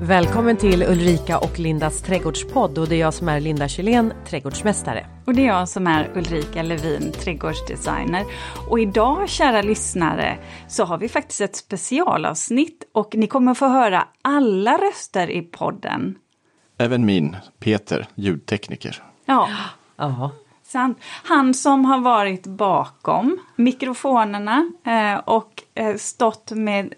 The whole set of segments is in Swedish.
Välkommen till Ulrika och Lindas trädgårdspodd, och det är jag som är Linda Kylén, trädgårdsmästare. Och det är jag som är Ulrika Levin, trädgårdsdesigner. Och idag, kära lyssnare, så har vi faktiskt ett specialavsnitt och ni kommer få höra alla röster i podden. Även min, Peter, ljudtekniker. Ja. Ja. Sant. Han som har varit bakom mikrofonerna och stått med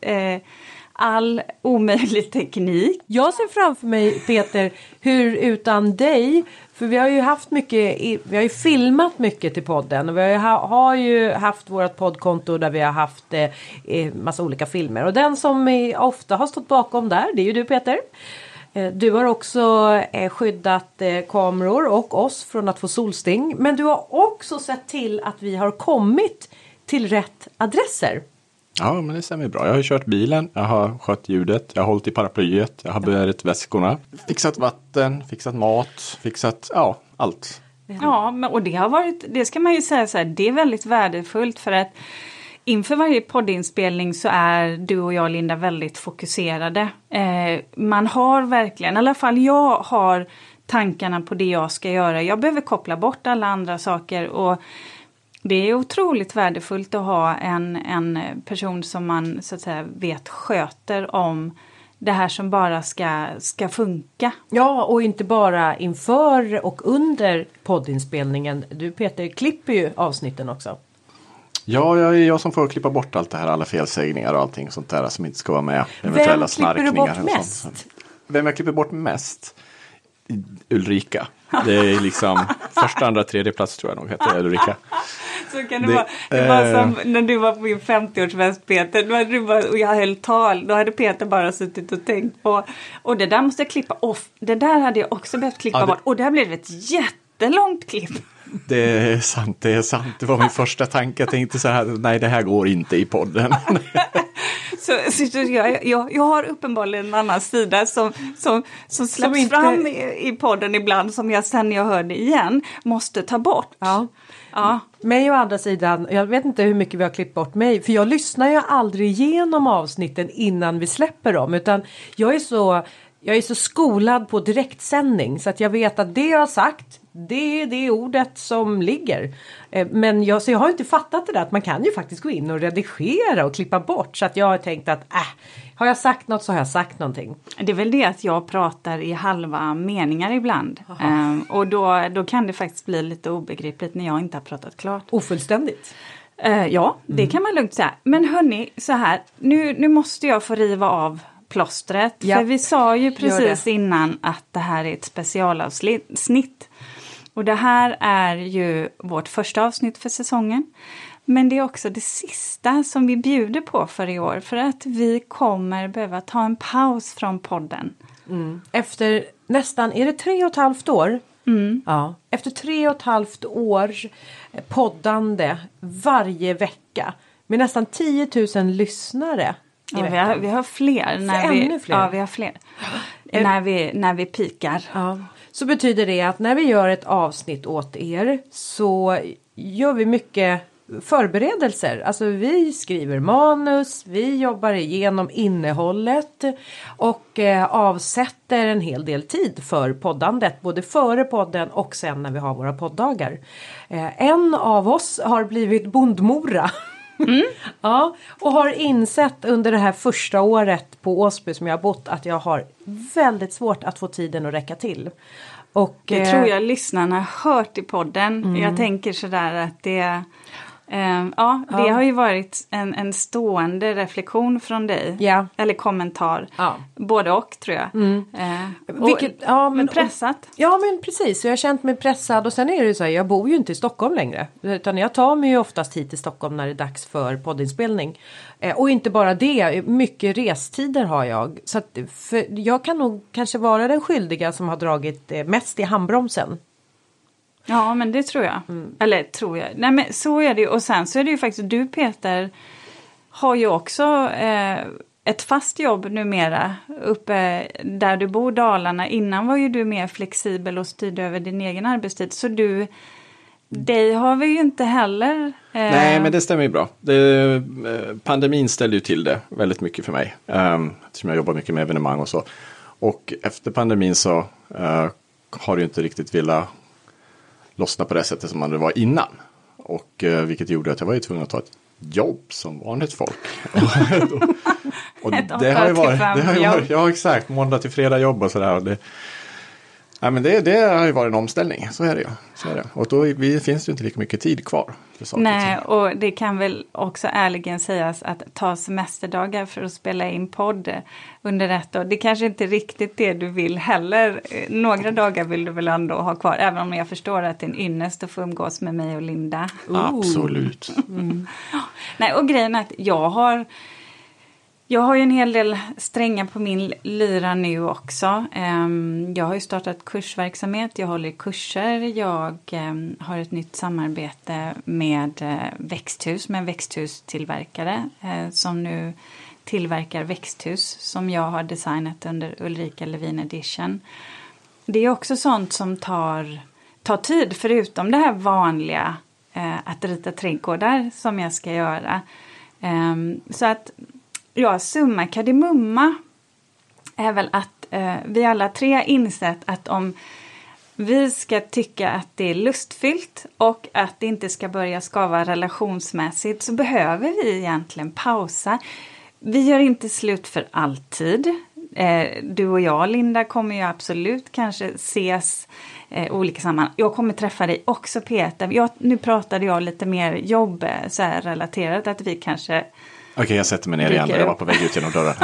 all omöjlig teknik. Jag ser framför mig, Peter, hur utan dig, för vi har ju haft mycket, vi har ju filmat mycket till podden och vi har ju haft vårt poddkonto där vi har haft massa olika filmer, och den som ofta har stått bakom där, det är ju du, Peter. Du har också skyddat kameror och oss från att få solsting, men du har också sett till att vi har kommit till rätt adresser. Ja, men det stämmer bra. Jag har kört bilen, jag har skött ljudet, jag har hållit i paraplyet, jag har burit väskorna, fixat vatten, fixat mat, fixat, allt. Ja, och det har varit, det ska man ju säga så här, det är väldigt värdefullt för att inför varje poddinspelning så är du och jag, Linda, väldigt fokuserade. Man har verkligen, i alla fall jag har tankarna på det jag ska göra. Jag behöver koppla bort alla andra saker, och det är otroligt värdefullt att ha en person som man så att säga vet sköter om det här som bara ska funka. Ja, och inte bara inför och under poddinspelningen. Du, Peter, klipper ju avsnitten också. Ja, jag är jag som får klippa bort allt det här, alla felsägningar och allting sånt där som inte ska vara med. Eventuella snarkningar. Vem klipper du bort mest? Vem jag klipper bort mest? Ulrika. Det är liksom första, andra, tredje plats tror jag nog heter Ulrika. Så kan det vara. Det var som när du var på min 50-årsfest, Peter. Då hade du bara, och jag höll tal. Då hade Peter bara suttit och tänkt på. Och det där måste jag klippa off. Det där hade jag också behövt klippa bort. Och det här blev ett jättelångt klipp. Det är sant, det är sant. Det var min första tanke. Jag tänkte så här, nej det här går inte i podden. Så jag har uppenbarligen en annan sida som släpps inte fram i podden ibland, som jag sen när jag hör det igen måste ta bort. Ja. Mig å andra sidan, jag vet inte hur mycket vi har klippt bort mig, för jag lyssnar ju aldrig igenom avsnitten innan vi släpper dem, utan jag är så skolad på direktsändning så att jag vet att det jag har sagt, det är det ordet som ligger. Men jag har inte fattat det där att man kan ju faktiskt gå in och redigera och klippa bort, så att jag har tänkt att har jag sagt något så har jag sagt någonting. Det är väl det att jag pratar i halva meningar ibland. Och då kan det faktiskt bli lite obegripligt när jag inte har pratat klart. Ofullständigt. Ja, det kan man lugnt säga. Men hörni, så här, nu måste jag få riva av plåstret. Ja. För vi sa ju precis innan att det här är ett specialavsnitt. Och det här är ju vårt första avsnitt för säsongen. Men det är också det sista som vi bjuder på för i år. För att vi kommer behöva ta en paus från podden. Efter nästan, är det 3,5 år? Ja. Efter 3,5 års poddande varje vecka. Med nästan 10 000 lyssnare. Ja, vi har fler. Ännu fler? Ja, vi har fler. När vi pikar. Ja. Så betyder det att när vi gör ett avsnitt åt er så gör vi mycket förberedelser. Alltså vi skriver manus, vi jobbar igenom innehållet och avsätter en hel del tid för poddandet. Både före podden och sen när vi har våra poddagar. En av oss har blivit bondmora. Ja, och har insett under det här första året på Åsby som jag har bott att jag har väldigt svårt att få tiden att räcka till. Och det tror jag lyssnarna har hört i podden. Jag tänker sådär att det har ju varit en stående reflektion från dig. Ja. Eller kommentar. Ja. Både och, tror jag. Men pressat. Ja, men precis. Så jag har känt mig pressad. Och sen är det ju så här, jag bor ju inte i Stockholm längre. Utan jag tar mig ju oftast hit till Stockholm när det är dags för poddinspelning. Och inte bara det, mycket restider har jag. Så att, jag kan nog kanske vara den skyldiga som har dragit mest i handbromsen. Ja, men det tror jag. Eller tror jag. Nej, men så är det ju. Och sen så är det ju faktiskt, du Peter har ju också ett fast jobb numera uppe där du bor, Dalarna. Innan var ju du mer flexibel och styrde över din egen arbetstid. Så dig har vi ju inte heller. Nej, men det stämmer ju bra. Pandemin ställde ju till det väldigt mycket för mig. Eftersom jag jobbar mycket med evenemang och så. Och efter pandemin så har det ju inte riktigt velat lossna på det sättet som det var innan. Och vilket gjorde att jag var ju tvungen att ta ett jobb som vanligt folk. Och det har ju varit, ja exakt, måndag till fredag jobb och sådär. Men det har ju varit en omställning, så är det ju. Och då finns det ju inte lika mycket tid kvar. Nej, och det kan väl också ärligen sägas att ta semesterdagar för att spela in podd under ett år. Det kanske inte är riktigt det du vill heller. Några dagar vill du väl ändå ha kvar, även om jag förstår att det är en ynnest att få umgås med mig och Linda. Absolut. Nej, och grejen är att jag har ju en hel del strängar på min lyra nu också. Jag har ju startat kursverksamhet, jag håller kurser, jag har ett nytt samarbete med växthus, med växthustillverkare som nu tillverkar växthus som jag har designat under Ulrika Levin Edition. Det är också sånt som tar tid, förutom det här vanliga att rita trädgårdar som jag ska göra. Så att summa kardemumma är väl att vi alla tre har insett att om vi ska tycka att det är lustfyllt och att det inte ska börja skava relationsmässigt, så behöver vi egentligen pausa. Vi gör inte slut för alltid. Du och jag, Linda, kommer ju absolut kanske ses olika sammanhang. Jag kommer träffa dig också, Peter. Nu pratade jag lite mer jobb så här relaterat, att vi kanske... Okej, jag sätter mig ner igen. Jag var på väg ut genom dörren.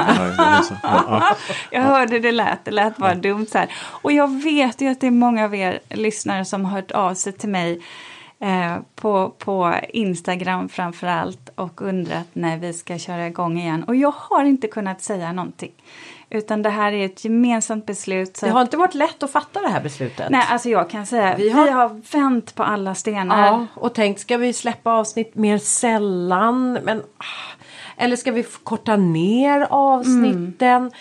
Jag hörde det lät bara dumt så här. Och jag vet ju att det är många av er lyssnare som har hört av sig till mig på Instagram framförallt och undrat när vi ska köra igång igen. Och jag har inte kunnat säga någonting. Utan det här är ett gemensamt beslut. Så det har inte varit lätt att fatta det här beslutet. Nej, alltså jag kan säga vi har vänt på alla stenar. Ja, och tänkt, ska vi släppa avsnitt mer sällan? Men... Eller ska vi korta ner avsnitten?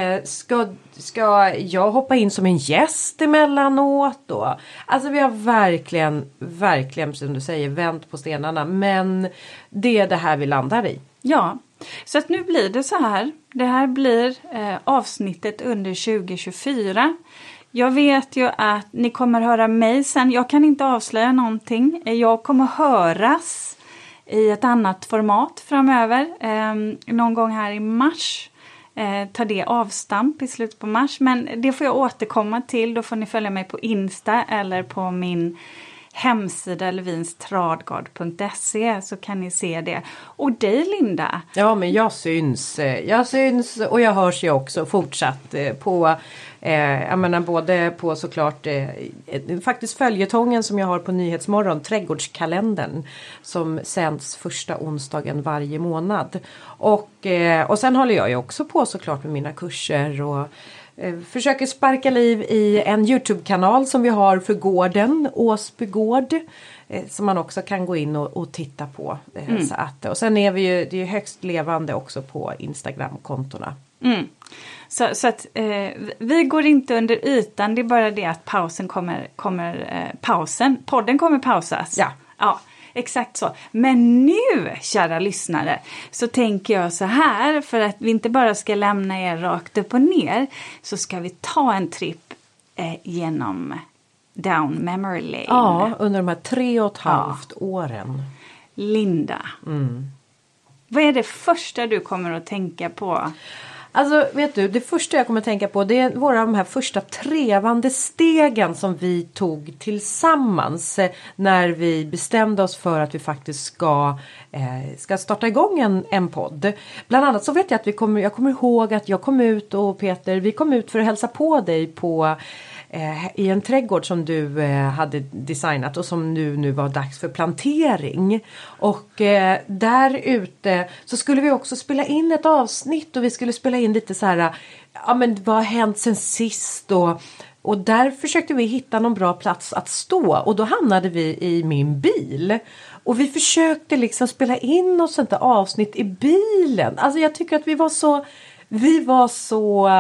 Ska jag hoppa in som en gäst emellanåt då? Alltså vi har verkligen som du säger vänt på stenarna. Men det är det här vi landar i. Ja, så att nu blir det så här. Det här blir avsnittet under 2024. Jag vet ju att ni kommer höra mig sen. Jag kan inte avslöja någonting. Jag kommer höras i ett annat format framöver. Någon gång här i mars. Tar det avstamp i slutet på mars. Men det får jag återkomma till. Då får ni följa mig på Insta eller på min hemsida levinstradgard.se, så kan ni se det. Och dig, Linda? Ja, men jag syns och jag hörs ju också fortsatt på jag menar både på såklart faktiskt följetongen som jag har på Nyhetsmorgon, Trädgårdskalendern, som sänds första onsdagen varje månad. Och sen håller jag ju också på såklart med mina kurser och försöker sparka liv i en YouTube-kanal som vi har för gården, Åsby gård, som man också kan gå in och titta på. Så att, och sen är det är högst levande också på Instagram-kontorna. Så att vi går inte under ytan, det är bara det att podden kommer pausas. Ja, exakt så. Men nu, kära lyssnare, så tänker jag så här, för att vi inte bara ska lämna er rakt upp och ner, så ska vi ta en tripp genom down memory lane. Ja, under de här 3,5 åren. Linda, vad är det första du kommer att tänka på? Alltså, vet du, det första jag kommer att tänka på, det är våra de här första trevande stegen som vi tog tillsammans när vi bestämde oss för att vi faktiskt ska starta igång en podd. Bland annat så vet jag att jag kommer ihåg att jag kom ut och Peter, vi kom ut för att hälsa på dig i en trädgård som du hade designat och som nu var dags för plantering. Och där ute så skulle vi också spela in ett avsnitt och vi skulle spela in lite så här, ja men vad har hänt sen sist och där försökte vi hitta någon bra plats att stå och då hamnade vi i min bil. Och vi försökte liksom spela in något sånt där avsnitt i bilen. Alltså jag tycker att vi var så vi var så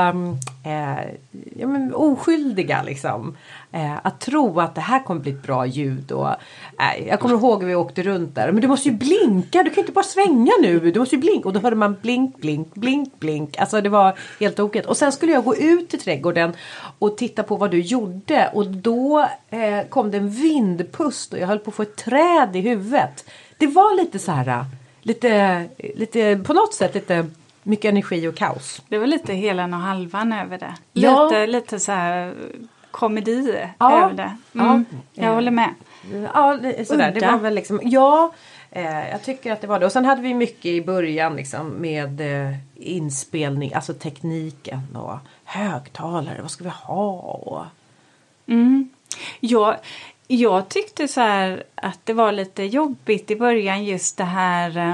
oskyldiga liksom. Att tro att det här kommer bli ett bra ljud. Och, jag kommer ihåg hur vi åkte runt där. Men du måste ju blinka, du kan inte bara svänga nu. Du måste ju blinka. Och då hörde man blink, blink, blink, blink. Alltså det var helt okej. Och sen skulle jag gå ut i trädgården och titta på vad du gjorde. Och då kom det en vindpust och jag höll på att få ett träd i huvudet. Det var lite så här, lite på något sätt lite mycket energi och kaos. Det var lite helan och halvan över det. Ja. Lite så här komedi över det. Jag håller med. Ja, sådär. Det var väl liksom, jag tycker att det var det. Och sen hade vi mycket i början liksom med inspelning, alltså tekniken och högtalare, vad ska vi ha? Och... Jag tyckte så här att det var lite jobbigt i början just det här.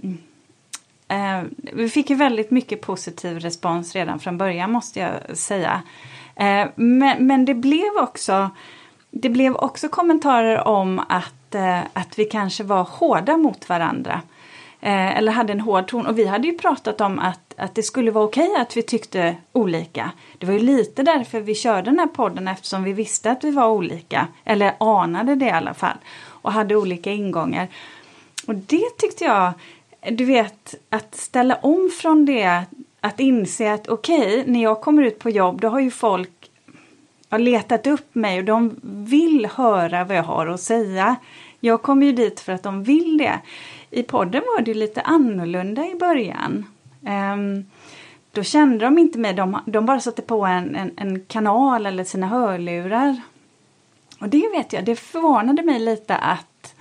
Vi fick ju väldigt mycket positiv respons redan från början måste jag säga. Men det blev också kommentarer om att vi kanske var hårda mot varandra. Eller hade en hård ton. Och vi hade ju pratat om att det skulle vara okej att vi tyckte olika. Det var ju lite därför vi körde den här podden eftersom vi visste att vi var olika. Eller anade det i alla fall. Och hade olika ingångar. Och det tyckte jag, du vet, att ställa om från det. Att inse att okej, när jag kommer ut på jobb då har ju folk har letat upp mig och de vill höra vad jag har att säga. Jag kommer ju dit för att de vill det. I podden var det lite annorlunda i början. Då kände de inte mig. De bara satte på en kanal eller sina hörlurar. Och det vet jag. Det förvånade mig lite att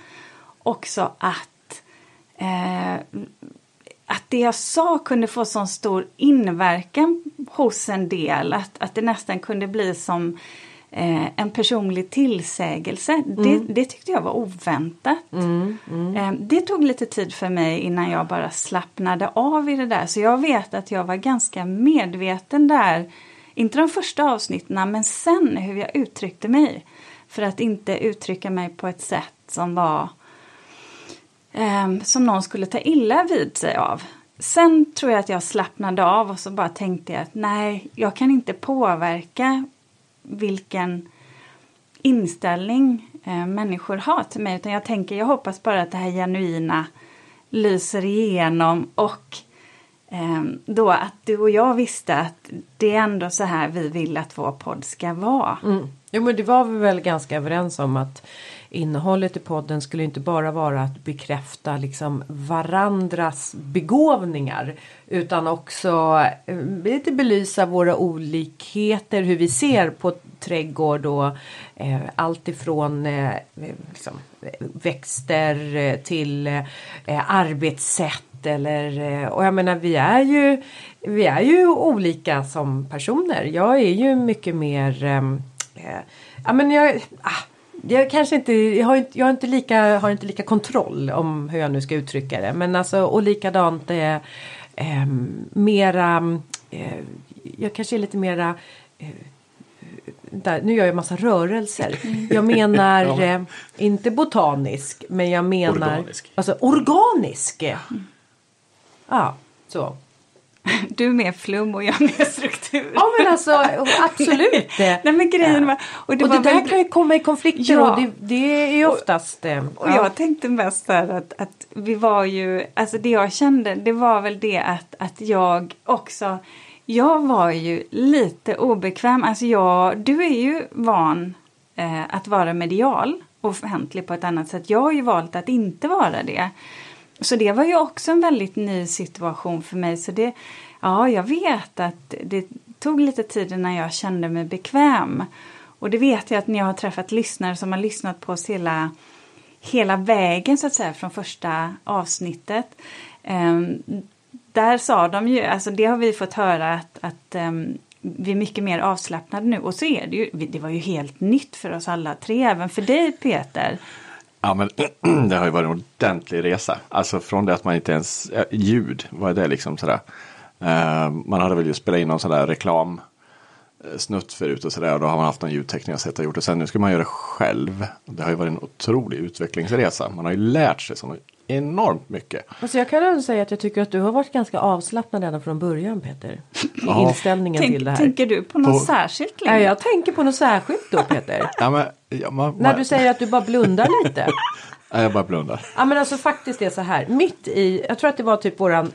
det jag sa kunde få sån stor inverkan hos en del. Att det nästan kunde bli som en personlig tillsägelse. Det tyckte jag var oväntat. Det tog lite tid för mig innan jag bara slappnade av i det där. Så jag vet att jag var ganska medveten där. Inte de första avsnitten men sen hur jag uttryckte mig. För att inte uttrycka mig på ett sätt som var som någon skulle ta illa vid sig av. Sen tror jag att jag slappnade av och så bara tänkte jag att nej, jag kan inte påverka vilken inställning människor har till mig. Utan jag hoppas bara att det här genuina lyser igenom och då att du och jag visste att det är ändå så här vi vill att vår podd ska vara. Jo, men det var vi väl ganska överens om att innehållet i podden skulle inte bara vara att bekräfta liksom varandras begåvningar utan också lite belysa våra olikheter, hur vi ser på trädgård och allt ifrån liksom, växter till arbetssätt och jag menar vi är ju olika som personer. Jag är ju mycket mer jag kanske inte jag har inte lika kontroll om hur jag nu ska uttrycka det, men alltså och likadant mera jag kanske är lite mera nu gör jag massa rörelser. Jag menar inte botanisk, men jag menar organisk. Ja, så. Du är mer flum och jag är mer struktur. Ja, men alltså absolut. Nej, men grejen var... Och det där kan ju komma i konflikter och det är ju oftast... Och jag tänkte mest där att vi var ju... Alltså det jag kände, det var väl det att jag också... Jag var ju lite obekväm. Alltså du är ju van att vara medial och offentlig på ett annat sätt. Jag har ju valt att inte vara det. Så det var ju också en väldigt ny situation för mig. Så jag vet att det tog lite tid innan jag kände mig bekväm. Och det vet jag att när jag har träffat lyssnare som har lyssnat på oss hela vägen så att säga från första avsnittet. Där sa de ju, alltså det har vi fått höra att vi är mycket mer avslappnade nu. Och så är det ju, det var ju helt nytt för oss alla tre, även för dig Peter. Ja, men det har ju varit en ordentlig resa. Alltså från det att man inte ens... ljud, vad är det liksom sådär? Man hade väl ju spelat in någon sån där reklamsnutt förut och sådär. Och då har man haft någon ljudteknik och gjort det. Sen nu ska man göra det själv. Det har ju varit en otrolig utvecklingsresa. Man har ju lärt sig som enormt mycket. Alltså jag kan ändå säga att jag tycker att du har varit ganska avslappnad ända från början, Peter. I inställningen till det här. Tänker du på något särskilt? Nej, jag tänker på något särskilt då, Peter. När du säger att du bara blundar lite. Nej, jag bara blundar. Ja, men alltså faktiskt det är så här. Mitt i, jag tror att det var typ våran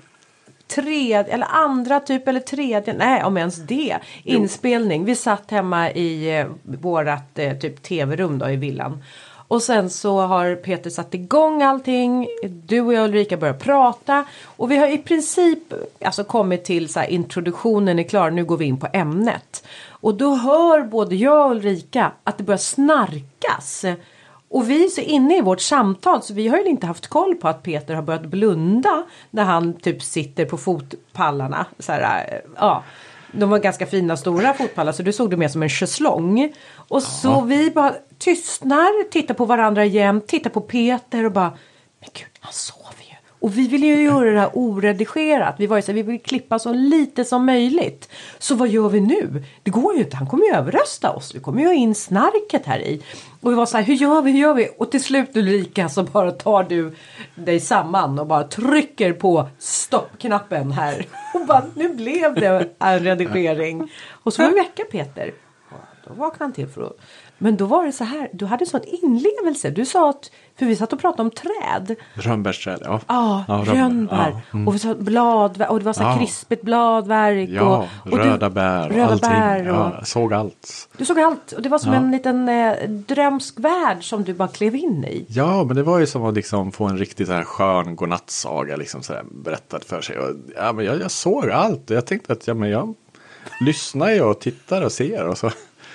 tredje, om ens det, inspelning. Vi satt hemma i vårat typ tv-rum då i villan. Och sen så har Peter satt igång allting. Du och jag, Ulrika, börjar prata. Och vi har i princip alltså kommit till så här, introduktionen är klar. Nu går vi in på ämnet. Och då hör både jag och Ulrika att det börjar snarkas. Och vi är så inne i vårt samtal så vi har ju inte haft koll på att Peter har börjat blunda när han typ sitter på fotpallarna. Så här, ja, de var ganska fina stora fotpallar så du såg det mer som en schäslong. Och så vi bara tystnar, tittar på varandra igen, tittar på Peter och bara, men gud, han sover ju. Och vi vill ju göra det här oredigerat. Vi var ju så här, vi vill klippa så lite som möjligt. Så vad gör vi nu? Det går ju inte, han kommer ju överrösta oss. Vi kommer ju ha in snarket här i. Och vi var så här, hur gör vi? Och till slut Ulrika så bara tar du dig samman och bara trycker på stoppknappen här. Och bara, nu blev det en redigering. Och så var vi väcka Peter. Då vaknade han till för att... Men då var det så här, du hade sån inlevelse. Du sa att, för vi satt och pratade om träd. Rönnbärsträd, ja. Ja, rönnbär. Ja. Och vi sa bladverk, och det var så här krispigt bladverk. Ja, och röda bär och allting. Bär och... Ja, jag såg allt. Du såg allt, och det var som en liten drömsk värld som du bara klev in i. Ja, men det var ju som att liksom få en riktigt så här skön godnattsaga liksom så här berättad för sig. Och, ja, men jag såg allt och jag tänkte att jag lyssnar ju och tittar och ser och så...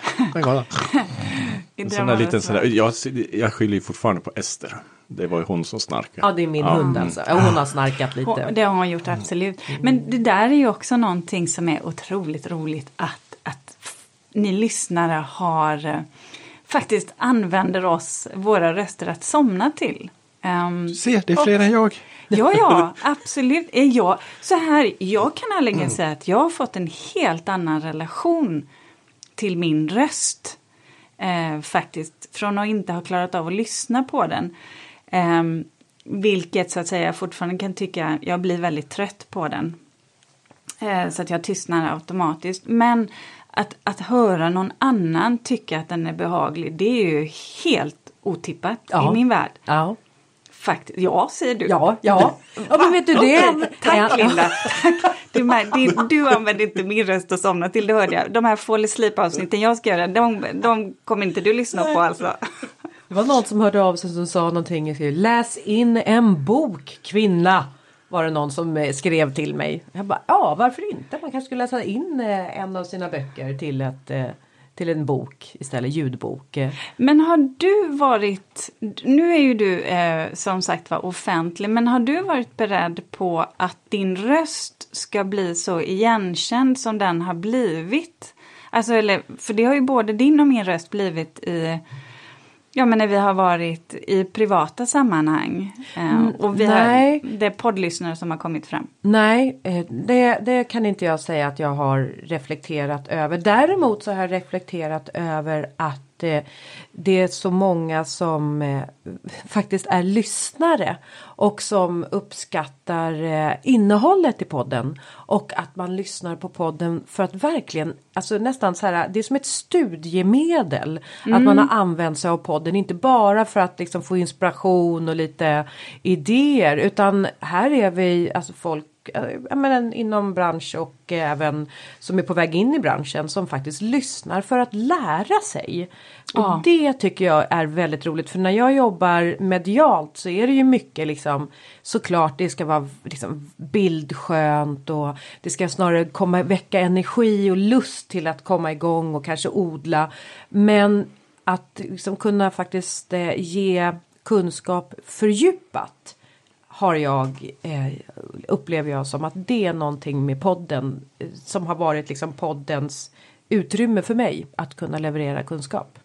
Jag skyller ju fortfarande på Ester. Det var ju hon som snarkade. Ja, det är min hund alltså. Hon har snarkat lite. Det har hon gjort, absolut. Men det där är ju också någonting som är otroligt roligt. Att ni lyssnare har faktiskt använder oss, våra röster att somna till. Se, det är fler än jag. Ja, absolut. Jag kan ärligen säga att jag har fått en helt annan relation till min röst faktiskt, från att inte ha klarat av att lyssna på den, vilket så att säga jag fortfarande kan tycka, jag blir väldigt trött på den, så att jag tystnar automatiskt, men att höra någon annan tycka att den är behaglig, det är ju helt otippat i min värld. Ja. Faktiskt, ja, säger du. Ja, men vet du det? Tack Linda, tack. Du använder inte min röst att somna till, det hörde jag. De här Fall Asleep-avsnitten jag ska göra, de kommer inte du lyssna på alltså. Det var någon som hörde av sig som sa någonting. Läs in en bok, kvinna. Var det någon som skrev till mig. Jag bara, ja, varför inte? Man kanske skulle läsa in en av sina böcker till en bok istället, ljudbok. Men har du varit, nu är ju du som sagt var offentlig, men har du varit beredd på att din röst ska bli så igenkänd som den har blivit? Alltså, för det har ju både din och min röst blivit men när vi har varit i privata sammanhang och det är poddlyssnare som har kommit fram. Nej, det kan inte jag säga att jag har reflekterat över. Däremot så har jag reflekterat över att det är så många som faktiskt är lyssnare och som uppskattar innehållet i podden, och att man lyssnar på podden för att verkligen, alltså nästan så här, det är som ett studiemedel att man har använt sig av podden, inte bara för att liksom få inspiration och lite idéer, utan här är vi alltså folk inom bransch och även som är på väg in i branschen som faktiskt lyssnar för att lära sig. Och det tycker jag är väldigt roligt, för när jag jobbar medialt så är det ju mycket liksom, såklart det ska vara liksom bildskönt och det ska snarare väcka energi och lust till att komma igång och kanske odla, men att liksom kunna faktiskt ge kunskap fördjupat upplever jag som att det är någonting med podden som har varit liksom poddens utrymme för mig att kunna leverera kunskap.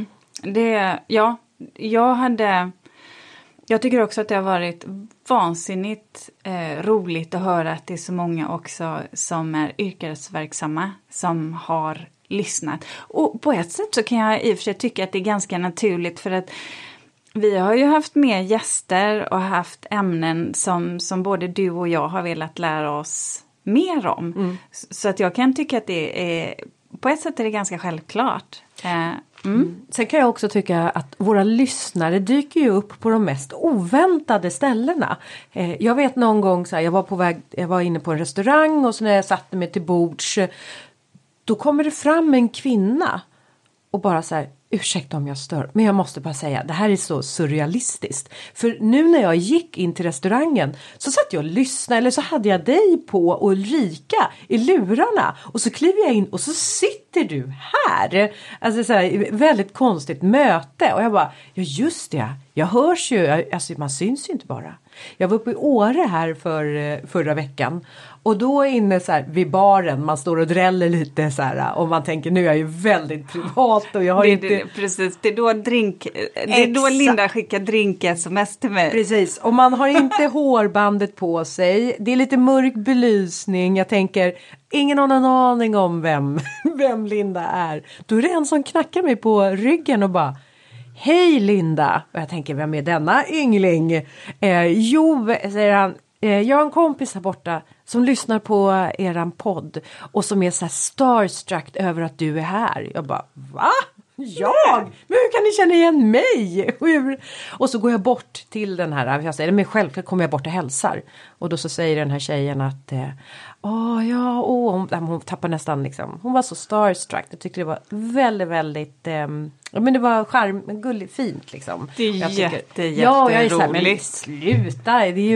Jag tycker också att det har varit vansinnigt roligt att höra att det är så många också som är yrkesverksamma som har lyssnat. Och på ett sätt så kan jag i och för sig tycka att det är ganska naturligt, för att Vi har ju haft mer gäster och haft ämnen som både du och jag har velat lära oss mer om. Så att jag kan tycka att det är, på ett sätt är det ganska självklart. Sen kan jag också tycka att våra lyssnare dyker ju upp på de mest oväntade ställena. Jag vet någon gång så här, jag var inne på en restaurang och så när jag satte mig till bords, då kommer det fram en kvinna och bara så här, ursäkta om jag stör, men jag måste bara säga, det här är så surrealistiskt. För nu när jag gick in till restaurangen så satt jag och lyssnade, eller så hade jag dig på och Ulrika i lurarna. Och så kliver jag in och så sitter du här. Alltså så här, väldigt konstigt möte. Och jag bara, ja just det, jag hörs ju, alltså man syns ju inte bara. Jag var uppe i Åre här förra veckan. Och då inne så här vid baren, man står och dräller lite så här. Och man tänker, nu är jag ju väldigt privat och jag har precis, det är då Linda skickar drink-sms till mig. Precis, och man har inte hårbandet på sig. Det är lite mörk belysning. Jag tänker, ingen har någon aning om vem Linda är. Då är det en som knackar mig på ryggen och bara, hej Linda. Och jag tänker, vem är denna yngling? Jo, säger han. Jag har en kompis här borta som lyssnar på eran podd och som är så här starstruck över att du är här. Jag bara, va? Jag? Men hur kan ni känna igen mig? Och så går jag bort till den här, jag säger, men självklart kommer jag bort och hälsar. Och då så säger den här tjejen att, hon tappar nästan liksom, hon var så starstruck. Jag tyckte det var väldigt, väldigt, men det var gulligt, fint liksom. Det är jätteroligt. Ja, jag är så här, men sluta, det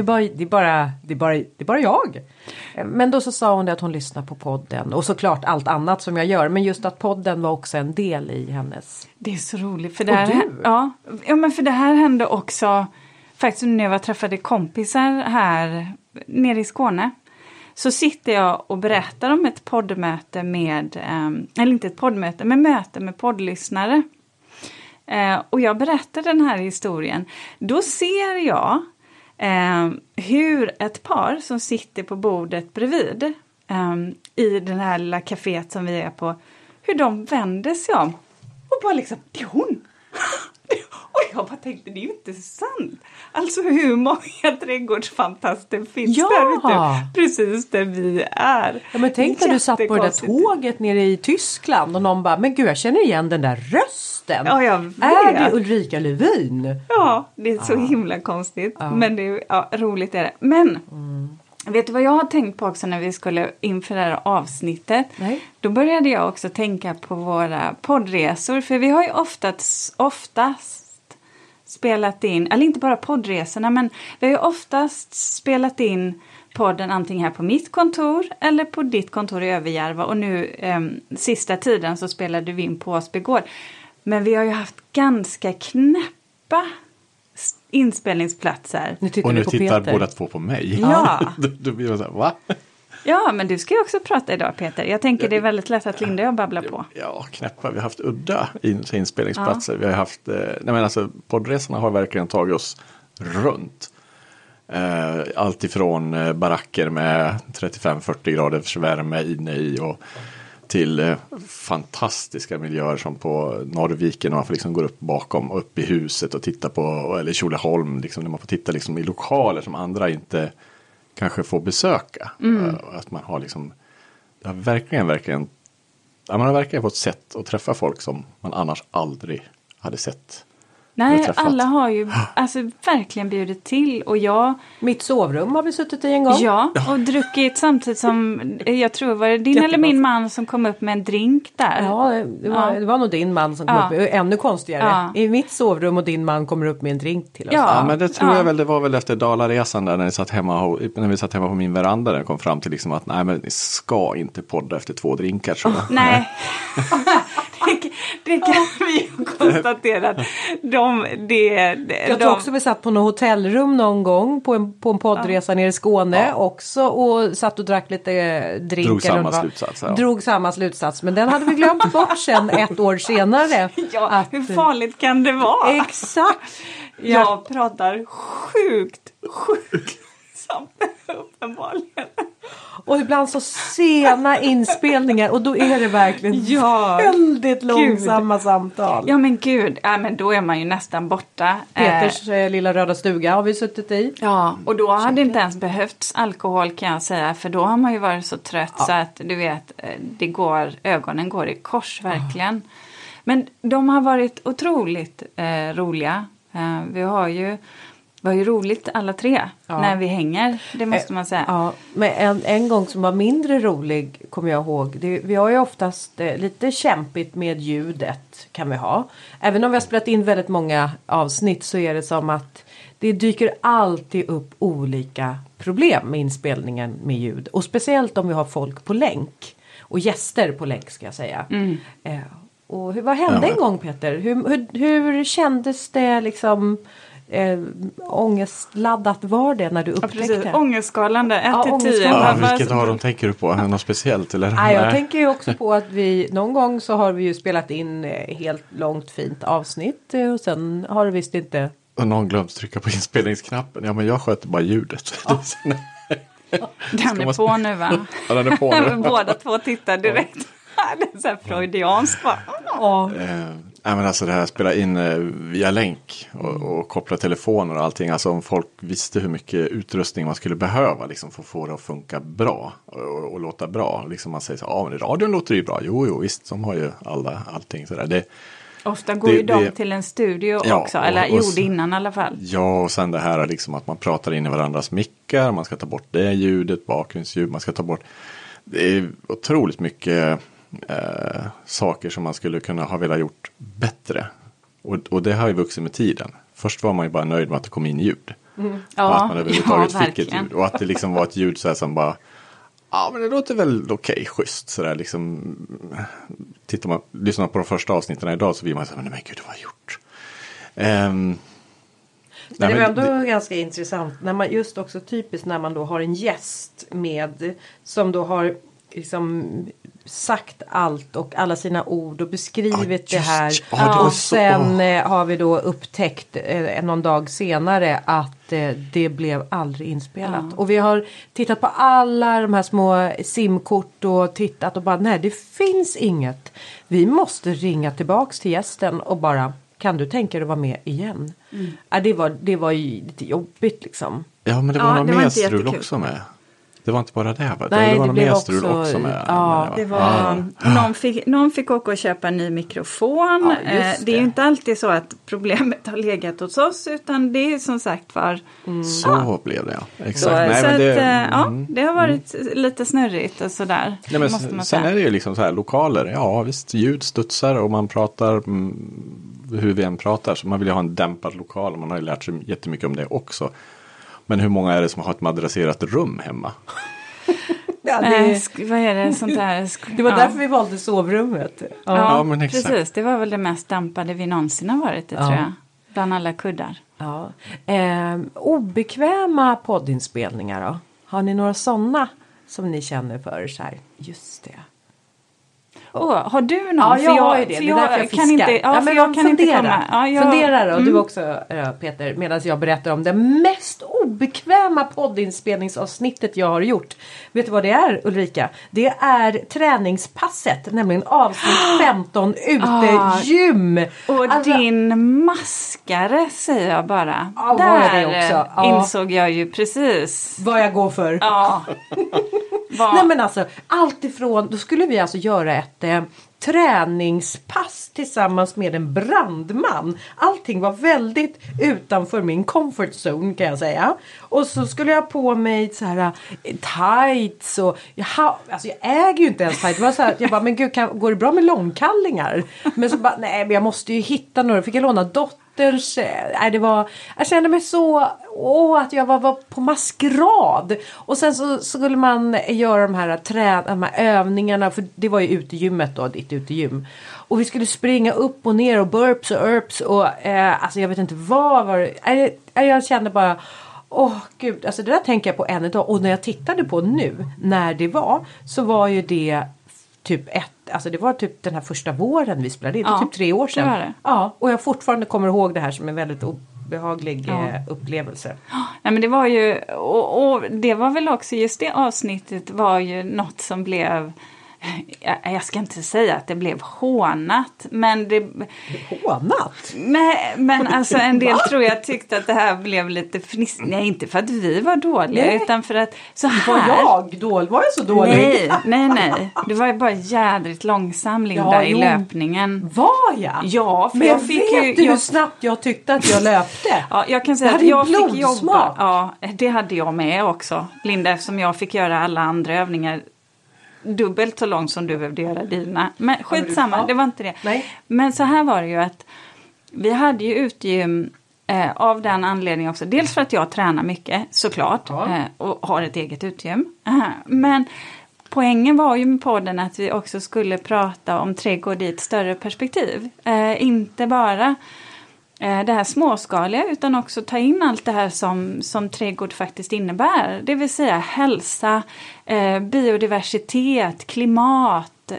är bara jag. Men då så sa hon det att hon lyssnar på podden. Och såklart allt annat som jag gör. Men just att podden var också en del i hennes. Det är så roligt. För det här, ja, men för det här hände också. Faktiskt när jag träffade kompisar här nere i Skåne. Så sitter jag och berättar om ett poddmöte med. Eller inte ett poddmöte, men möte med poddlyssnare. Och jag berättar den här historien. Då ser jag hur ett par som sitter på bordet bredvid i den här lilla kaféet som vi är på, hur de vänder sig om och bara liksom, det är hon. Och jag bara tänkte, det är ju inte sant. Alltså hur många trädgårdsfantaster finns där ute, precis där vi är. Ja, men tänk när du satt på det där tåget nere i Tyskland och någon bara, men gud, jag känner igen den där rösten. Ja, jag vet. Är det Ulrika Lövin? Ja, det är så himla konstigt. Men det är roligt är det. Men vet du vad jag har tänkt på också när vi skulle inför det här avsnittet? Nej. Då började jag också tänka på våra poddresor. För vi har ju oftast spelat in, eller inte bara poddresorna, men vi har ju oftast spelat in podden antingen här på mitt kontor eller på ditt kontor i Överjärva. Och nu sista tiden så spelade vi in på Åsbygård. Men vi har ju haft ganska knäppa inspelningsplatser. Och nu tittar båda två på mig. Ja. Då blir jag så här, va? Ja, men du ska ju också prata idag, Peter. Jag tänker det är väldigt lätt att Linda och jag babblar på. Ja, knäppa. Vi har haft udda inspelningsplatser. Ja. Vi har haft, poddresorna har verkligen tagit oss runt. Allt ifrån baracker med 35-40 graders värme inne i och till fantastiska miljöer som på Norrviken, och man får liksom gå upp bakom och upp i huset och titta på, eller Tjolöholm liksom, där man får titta liksom i lokaler som andra inte kanske får besöka. Att man har liksom, det har verkligen man har verkligen fått sätt att träffa folk som man annars aldrig hade sett. Nej, alla har ju alltså verkligen bjudit till, och mitt sovrum har vi suttit i en gång. Ja, och druckit samtidigt som, jag tror var det din eller min man som kom upp med en drink där. Ja, det var nog din man som kom upp, ännu konstigare. Ja. I mitt sovrum och din man kommer upp med en drink till oss. Ja, men det tror jag väl, det var väl efter Dalaresan där när vi satt hemma på min veranda, där kom fram till liksom att nej, men ni ska inte podda efter 2 drinkar. Så. Nej. det kan vi konstatera. Jag tror också vi satt på något hotellrum någon gång på en poddresa nere i Skåne också, och satt och drack lite drink. Drog samma slutsats, men den hade vi glömt bort sen 1 år senare. Ja, hur farligt kan det vara? Exakt. Jag pratar sjukt samt uppenbarligen. Och ibland så sena inspelningar. Och då är det verkligen väldigt långsamma samtal. Ja men gud, men då är man ju nästan borta. Peters lilla röda stuga har vi suttit i. Ja, och då hade det inte ens behövts alkohol kan jag säga. För då har man ju varit så trött så att du vet, ögonen går i kors verkligen. Men de har varit otroligt roliga. Vi har ju roligt alla tre när vi hänger, det måste man säga. Ja, men en gång som var mindre rolig kommer jag ihåg. Vi har ju oftast lite kämpigt med ljudet kan vi ha. Även om vi har spelat in väldigt många avsnitt så är det som att det dyker alltid upp olika problem med inspelningen med ljud. Och speciellt om vi har folk på länk. Och gäster på länk ska jag säga. Och vad hände en gång Peter? Hur kändes det liksom... ångestladdat var det när du upptäckte? Ja, precis. Ångestskalan där, 1 till 10. Ja, vilket av dem tänker du på? Något speciellt? Eller? Nej, jag tänker ju också på att någon gång så har vi ju spelat in helt långt fint avsnitt och sen har det visst inte... Och någon glömt trycka på inspelningsknappen. Ja, men jag sköter bara ljudet. Ja. Den är på nu va? Ja, den är på nu. Båda två tittar direkt. Det är så här freudianskt va? Nej men alltså det här spela in via länk och koppla telefoner och allting. Alltså om folk visste hur mycket utrustning man skulle behöva liksom, för att få det att funka bra och låta bra. Liksom man säger så men radion låter ju bra. Jo visst, de har ju allting sådär. Ofta går ju de till en studio också, eller gjorde innan i alla fall. Ja, och sen det här liksom att man pratar in i varandras mickar, man ska ta bort det ljudet, bakgrundsljud, man ska ta bort... Det är otroligt mycket... saker som man skulle kunna ha velat gjort bättre och det har ju vuxit med tiden. Först var man ju bara nöjd med att det kom in ljud och att man överhuvudtaget fick ett ljud och att det liksom var ett ljud så här som bara men det låter väl okej, schysst sådär liksom. Lyssnar man på de första avsnitten idag så blir man så här, men gud, vad har jag gjort? Det är ändå ganska intressant när man just också typiskt när man då har en gäst med som då har liksom sagt allt och alla sina ord och beskrivit det här. Och sen har vi då upptäckt någon dag senare att det blev aldrig inspelat. Och vi har tittat på alla de här små simkort och tittat och bara nej, det finns inget. Vi måste ringa tillbaks till gästen och bara, kan du tänka dig att vara med igen? Det var ju lite jobbigt liksom. Ja, men det var någon mer strul också med. Det var inte bara det. Nej, det var det blev strul också med. Ja, det var, någon fick åka och köpa en ny mikrofon. Det är ju inte alltid så att problemet har legat hos oss. Utan det är som sagt var... Så blev det, ja. Exakt. Så, nej, så men det har varit lite snurrigt och sådär. Nej, men måste man sen är det ju liksom så här, lokaler. Ja, visst, ljud studsar och man pratar hur vi än pratar. Så man vill ju ha en dämpad lokal och man har ju lärt sig jättemycket om det också. Men hur många är det som har ett madrasserat rum hemma? Vad är det sånt där? Det var därför vi valde sovrummet. Ja, men exakt. Precis. Det var väl det mest dampade vi någonsin har varit i, tror jag. Bland alla kuddar. Ja. Obekväma poddinspelningar då? Har ni några sådana som ni känner för så här? Just det. Har du någon? Ja, jag har ju det. Det är därför jag kan inte, men jag kan inte komma. Fundera då, du också Peter, medan jag berättar om det mest obekväma poddinspelningsavsnittet jag har gjort. Vet du vad det är, Ulrika? Det är träningspasset, nämligen avsnitt 15, utegym. Och din maskare säger jag bara. Där insåg jag ju precis. Vad jag går för. Ja. Nej men alltså, allt ifrån, då skulle vi alltså göra ett träningspass tillsammans med en brandman. Allting var väldigt utanför min comfort zone kan jag säga. Och så skulle jag på mig så här tights och alltså jag äger ju inte ens tights. Det var så här, jag bara, men gud, går det bra med långkallingar? Men så bara, nej men jag måste ju hitta några. Fick jag låna dotterns. Jag kände mig så att jag var på maskerad. Och sen så skulle man göra de här övningarna, för det var ju utegymmet då, ditt utegym. Och vi skulle springa upp och ner och burps och urps och alltså jag vet inte vad var det. Jag kände bara gud, alltså det där tänker jag på än idag. Och när jag tittade på nu, när det var, så var ju det typ det var typ den här första våren vi spelade in, typ 3 år sedan. Det var det. Ja, och jag fortfarande kommer ihåg det här som en väldigt obehaglig upplevelse. Ja, men det var ju, och det var väl också, just det avsnittet var ju något som blev, jag ska inte säga att det blev hånat, men det... Hånat? Men alltså en del tror jag tyckte att det här blev lite nej, inte för att vi var dåliga, utan för att så här... Var jag så dålig? Nej. Du var ju bara jädrigt långsam, Linda, i löpningen. Var jag? Ja, för men jag fick vet du hur snabbt jag tyckte att jag löpte? Ja, jag kan säga att jag fick jobba. Ja, det hade jag med också, Linda, eftersom jag fick göra alla andra övningar dubbelt så långt som du behövde göra dina. Men skitsamma, det var inte det. Nej. Men så här var det ju att vi hade ju utegym av den anledningen också. Dels för att jag tränar mycket, såklart. Och har ett eget utegym. Men poängen var ju med podden att vi också skulle prata om trädgård i ett större perspektiv. Inte bara det här småskaliga, utan också ta in allt det här som trädgård faktiskt innebär. Det vill säga hälsa, biodiversitet, klimat,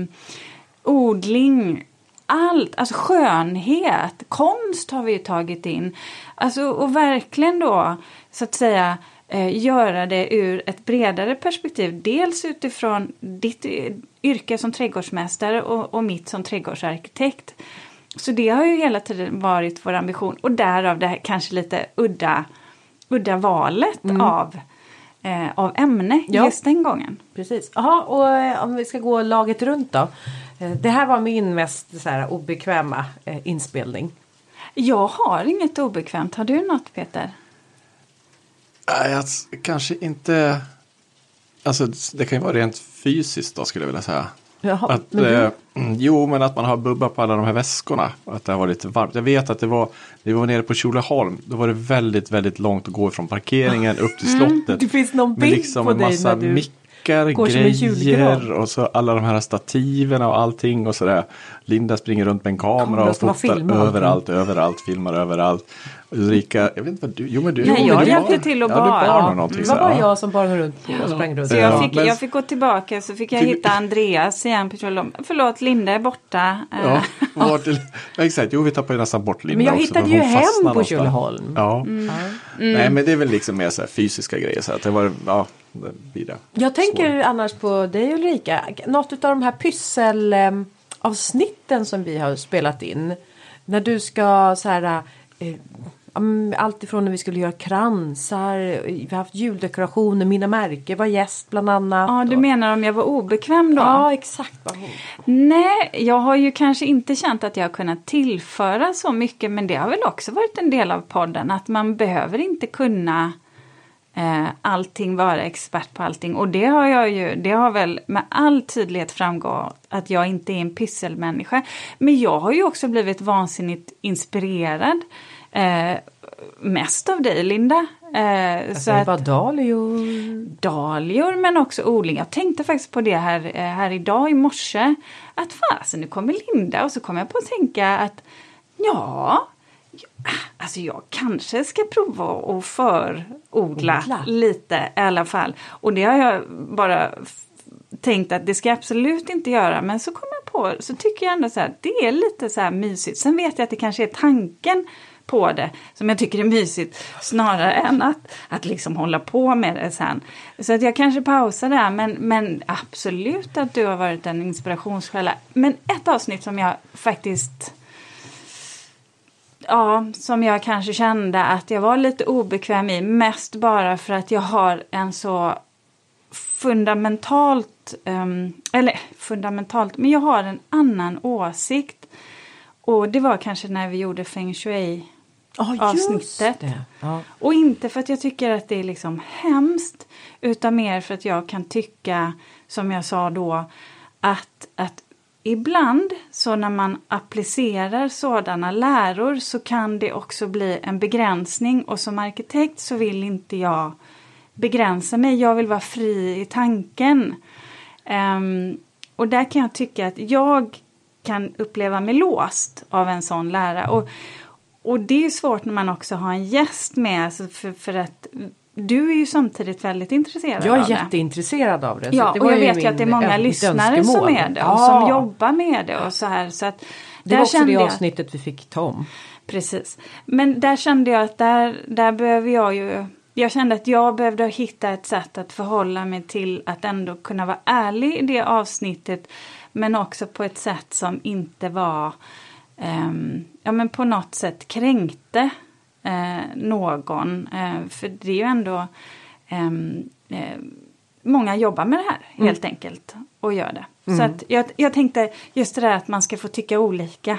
odling, allt. Alltså skönhet, konst har vi ju tagit in. Alltså, och verkligen då, så att säga, göra det ur ett bredare perspektiv. Dels utifrån ditt yrke som trädgårdsmästare och mitt som trädgårdsarkitekt. Så det har ju hela tiden varit vår ambition. Och därav det här kanske lite udda valet av ämne just den gången. Precis. Jaha, och om vi ska gå laget runt då. Det här var min mest så här, obekväma inspelning. Jag har inget obekvämt. Har du något, Peter? Jag kanske inte... Alltså det kan ju vara rent fysiskt då, skulle jag vilja säga. Jaha, att, men att man har bubba på alla de här väskorna. Att det har varit lite varmt. Jag vet att vi var nere på Tjoleholm. Då var det väldigt, väldigt långt att gå från parkeringen upp till slottet. Det finns någon bild liksom på dig massa när du mickar, grejer och så alla de här stativen och allting och sådär. Linda springer runt med en kamera och fotar överallt, filmar överallt. Ulrika, jag vet inte vad du... Jo, men du... Nej, jag hjälpte till att bara. Det var bara jag som bara runt och sprang runt. Så jag fick gå tillbaka, så fick jag hitta Andreas igen på Tjoleholm. Förlåt, Linda är borta. Ja, exakt. Jo, vi tappade ju nästan bort Linda. Men jag också, hittade ju hem på Tjoleholm. Ja. Nej, men det är väl liksom mer så här fysiska grejer. Så att det var... Ja, det blir det. Jag tänker annars på dig, Ulrika. Något av de här pysselavsnitten som vi har spelat in. När du ska så här... allt ifrån när vi skulle göra kransar, vi har haft juldekorationer, mina märken var gäst bland annat. Ja, du menar om jag var obekväm då? Ja, exakt. Nej, jag har ju kanske inte känt att jag har kunnat tillföra så mycket, men det har väl också varit en del av podden, att man behöver inte kunna allting, vara expert på allting. Och det har väl med all tydlighet framgått att jag inte är en pysselmänniska. Men jag har ju också blivit vansinnigt inspirerad mest av dig, Linda. Så det var dahlior, men också odling. Jag tänkte faktiskt på det här idag i morse. Att nu kommer Linda, och så kom jag på att tänka att alltså jag kanske ska prova att förodla lite i alla fall. Och det har jag bara tänkt att det ska jag absolut inte göra. Men så kom jag på, så tycker jag ändå så här, det är lite så här mysigt. Sen vet jag att det kanske är tanken på det som jag tycker är mysigt, snarare än att liksom hålla på med det sen. Så att jag kanske pausar där, men absolut att du har varit en inspirationskälla. Men ett avsnitt som jag faktiskt... Ja, som jag kanske kände att jag var lite obekväm i, mest bara för att jag har en så fundamentalt, men jag har en annan åsikt. Och det var kanske när vi gjorde Feng Shui-avsnittet. Ja. Och inte för att jag tycker att det är liksom hemskt, utan mer för att jag kan tycka, som jag sa då, att ibland så när man applicerar sådana läror så kan det också bli en begränsning. Och som arkitekt så vill inte jag begränsa mig. Jag vill vara fri i tanken. Och där kan jag tycka att jag kan uppleva mig låst av en sån lära. Och det är svårt när man också har en gäst med. Alltså för att du är ju samtidigt väldigt intresserad av det. Jag är jätteintresserad av det. Ja, det och jag vet ju att det är många lyssnare som är det. Och som jobbar med det och så här. Så att det var också det avsnittet vi fick ta om. Precis. Men där kände jag att där behöver jag kände att jag behövde hitta ett sätt att förhålla mig till att ändå kunna vara ärlig i det avsnittet. Men också på ett sätt som inte var men på något sätt kränkte någon. För det är ju ändå många jobbar med det här helt enkelt och gör det. Så att jag tänkte just det där att man ska få tycka olika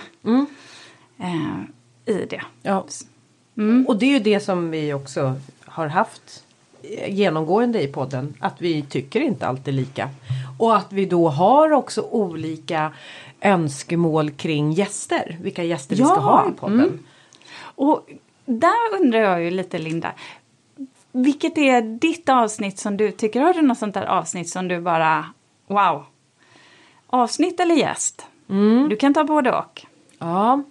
i det. Ja. Och det är ju det som vi också har haft genomgående i podden. Att vi tycker inte alltid lika. Och att vi då har också olika önskemål kring gäster. Vilka gäster vi ska ha i podden. Och där undrar jag ju lite, Linda. Vilket är ditt avsnitt som du tycker? Har du något sånt där avsnitt som du bara, wow. Avsnitt eller gäst? Du kan ta både och. Ja.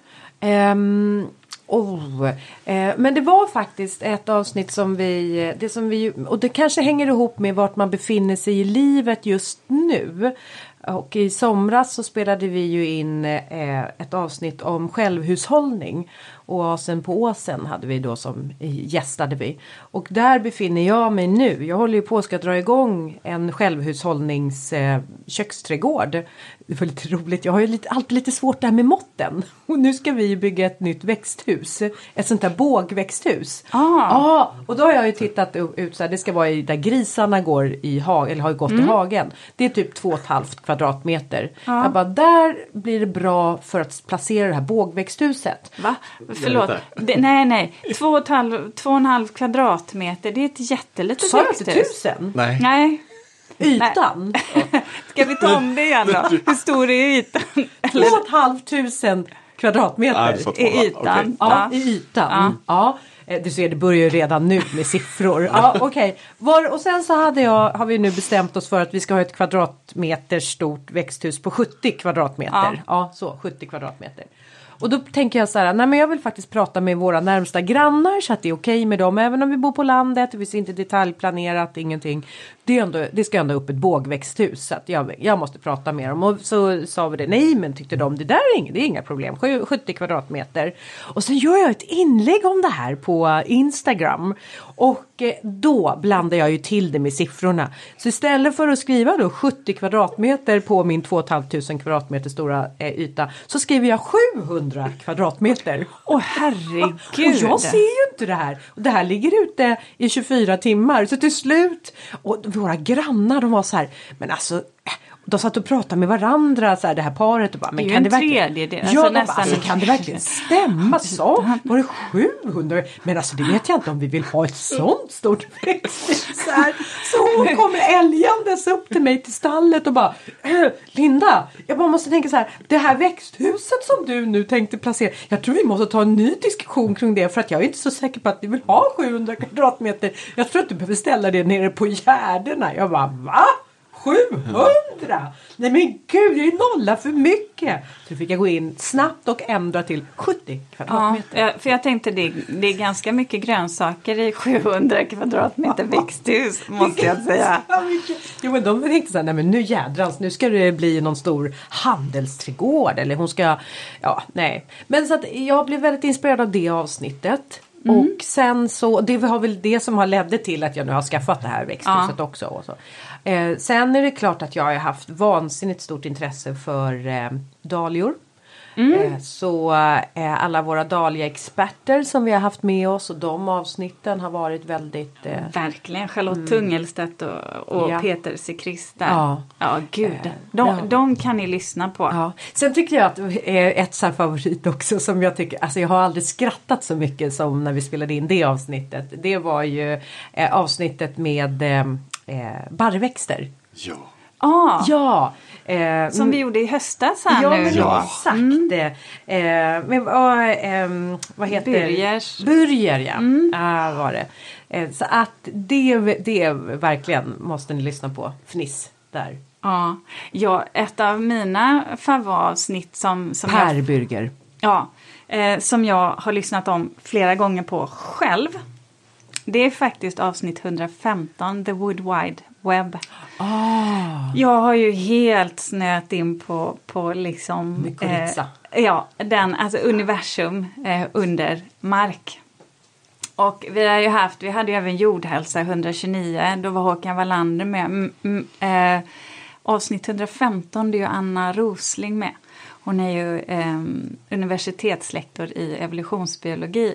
Men det var faktiskt ett avsnitt som vi, och det kanske hänger ihop med vart man befinner sig i livet just nu. Och i somras så spelade vi ju in ett avsnitt om självhushållning. Oasen på åsen hade vi då som gästade vi. Och där befinner jag mig nu. Jag håller ju på att ska dra igång en självhushållnings köksträdgård. Det var lite roligt. Jag har ju alltid lite svårt där med måtten. Och nu ska vi bygga ett nytt växthus. Ett sånt där bågväxthus. Och då har jag ju tittat ut så här. Det ska vara där grisarna går i hagen, eller har gått i hagen. Det är typ 2,5 kvadratmeter. Jag bara, där blir det bra för att placera det här bågväxthuset. Va? Förlåt. Nej. 2,5 kvadratmeter. Det är ett jättelitet växthus. Sa du 1000? Nej. Ytan? Ska vi ta om det igen då? Hur stor är ytan? 2,500 kvadratmeter i ytan. Okay. Ja, i ytan. Ja. Du ser, det börjar ju redan nu med siffror. Ja, okej. Och sen så har vi nu bestämt oss för att vi ska ha ett kvadratmeter stort växthus på 70 kvadratmeter. Ja, så 70 kvadratmeter. Och då tänker jag så här, nej men jag vill faktiskt prata med våra närmsta grannar så att det är okej med dem. Även om vi bor på landet, vi ser inte detaljplanerat, det ska ändå upp ett bågväxthus. Så att jag måste prata med dem. Och så sa vi det, nej men tyckte de, det är inga problem, 70 kvadratmeter. Och så gör jag ett inlägg om det här på Instagram. Och då blandar jag ju till det med siffrorna. Så istället för att skriva då 70 kvadratmeter på min 2,500 kvadratmeter stora yta, så skriver jag 700 kvadratmeter. Herregud. Och jag ser ju inte det här. Och det här ligger ute i 24 timmar. Så till slut, och våra grannar, de var så här, men alltså, de satt och pratade med varandra, så här, det här paret, och bara, men kan det verkligen, kan det verkligen stämma? Så var det 700? Men alltså, det vet jag inte om vi vill ha ett sånt stort växthus. Så kommer älgandes upp till mig till stallet och bara, Linda, jag bara måste tänka så här, det här växthuset som du nu tänkte placera, jag tror vi måste ta en ny diskussion kring det, för att jag är inte så säker på att vi vill ha 700 kvadratmeter. Jag tror att du behöver ställa det nere på Gärdena. Jag bara, va? 700? Nej men gud, det är nolla för mycket. Så fick jag gå in snabbt och ändra till 70 kvadratmeter. Ja, för jag tänkte det är ganska mycket grönsaker i 700 kvadratmeter växthus, måste jag säga. Jo, men de tänkte så här, nej men nu jädrans, nu ska det bli någon stor handelsträdgård, eller hon ska, nej. Men så att jag blev väldigt inspirerad av det avsnittet. Och sen så, det var väl det som har ledde till att jag nu har skaffat det här växthuset också. Och så. Sen är det klart att jag har haft vansinnigt stort intresse för dahlior. Så alla våra dahlia-experter som vi har haft med oss, och de avsnitten har varit väldigt... Verkligen, Charlotte Tungelstedt och Peter Sekrista. Ja, gud. De kan ni lyssna på. Ja. Sen tycker jag att ett så här favorit också som jag tycker... Alltså jag har aldrig skrattat så mycket som när vi spelade in det avsnittet. Det var ju avsnittet med barrväxter. Ja. Ja. Som vi gjorde i höstas här nu. Exakt. Vad heter det? Burger, ja. Var det. Så att det verkligen måste ni lyssna på. Fniss där. Ja, ett av mina favoritavsnitt som Per Burger. Ja, som jag har lyssnat om flera gånger på själv. Det är faktiskt avsnitt 115, The Wood Wide webb. Jag har ju helt snöat in på liksom... Mykorrhiza. Alltså universum under mark. Och vi hade ju även jordhälsa 129, då var Håkan Wallander med. Avsnitt 115, det är ju Anna Rosling med. Hon är ju universitetslektor i evolutionsbiologi.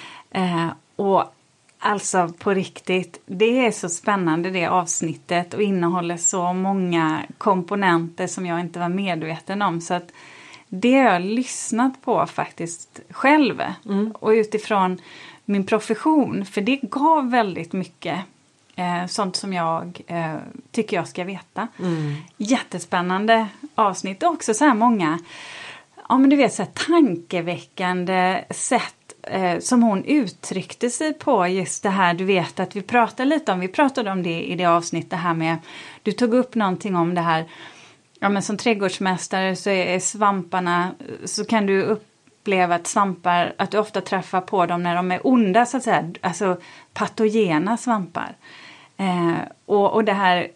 Och alltså på riktigt, det är så spännande det avsnittet och innehåller så många komponenter som jag inte var medveten om. Så att det har jag lyssnat på faktiskt själv och utifrån min profession. För det gav väldigt mycket sånt som jag tycker jag ska veta. Jättespännande avsnitt och också så här många, ja men du vet så här tankeväckande sätt som hon uttryckte sig på, just det här, du vet att vi pratade om det i det avsnitt, det här med, du tog upp någonting om det här, ja men som trädgårdsmästare så är svamparna, så kan du uppleva att svampar, att du ofta träffar på dem när de är onda så att säga, alltså patogena svampar. Och det här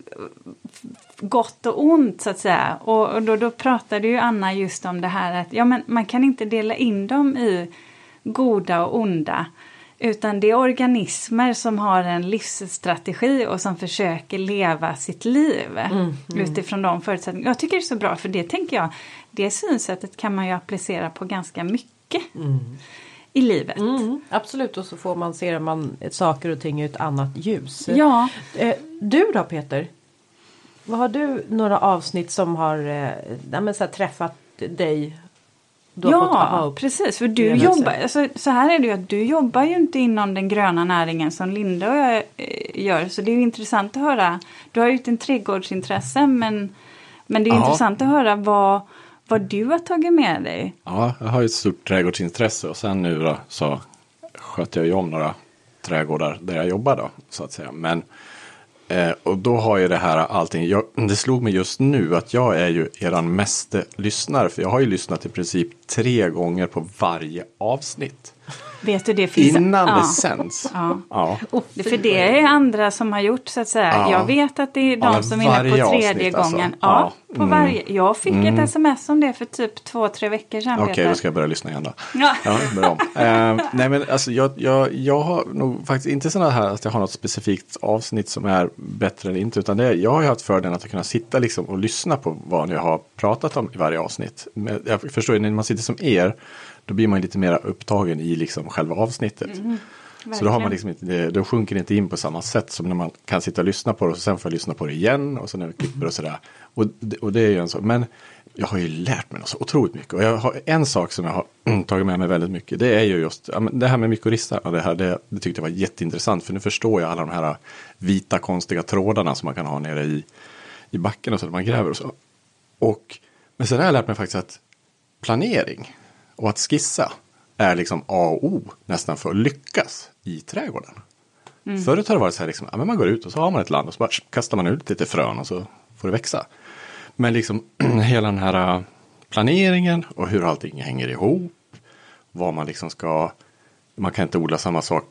gott och ont så att säga, och då pratade ju Anna just om det här att ja men man kan inte dela in dem i goda och onda, utan det är organismer som har en livsstrategi och som försöker leva sitt liv utifrån de förutsättningarna. Jag tycker det är så bra, för det tänker jag, det synsättet kan man ju applicera på ganska mycket i livet. Absolut, och så får man se saker och ting i ett annat ljus. Ja. Du då Peter? Vad har du några avsnitt som har träffat dig? Precis. För du jobbar, alltså, så här är det ju att du jobbar ju inte inom den gröna näringen som Linda och jag gör. Så det är ju intressant att höra. Du har ju ett trädgårdsintresse, men det är intressant att höra vad du har tagit med dig. Ja, jag har ju ett stort trädgårdsintresse och sen nu då så sköter jag ju om några trädgårdar där jag jobbar då, så att säga. Men och då har ju det här allting, det slog mig just nu att jag är ju eran meste lyssnare, för jag har ju lyssnat i princip 3 gånger på varje avsnitt. Vet du, det finns innan det sänds. För det är andra som har gjort så att säga. Jag vet att det är de som är inne på 3:e gången. Alltså. På varje. Jag fick ett sms om det för typ 2-3 veckor sedan. Okej, då ska jag börja lyssna igen då. Nej men alltså jag har nog faktiskt inte sådana här att jag har något specifikt avsnitt som är bättre eller inte, utan jag har ju haft fördelen att kunna sitta liksom och lyssna på vad ni har pratat om i varje avsnitt. Men jag förstår ju, när man sitter som då blir man lite mer upptagen i liksom själva avsnittet. Så då har man liksom inte, då sjunker det inte in på samma sätt som när man kan sitta och lyssna på det och sen får jag lyssna på det igen och så när vi klipper och sådär. Och det är ju en sak. Men jag har ju lärt mig så otroligt mycket. Och jag har en sak som jag har tagit med mig väldigt mycket. Det är ju just det här med mykorrhiza. Och det tyckte jag var jätteintressant. För nu förstår jag alla de här vita konstiga trådarna som man kan ha nere i backen och så när man gräver och så. Men sen har jag lärt mig faktiskt att planering och att skissa är liksom A och O nästan för att lyckas i trädgården. Förut har det varit så här liksom, men man går ut och så har man ett land och så bara kastar man ut lite frön och så får det växa. Men liksom hela den här planeringen och hur allting hänger ihop, vad man liksom man kan inte odla samma sak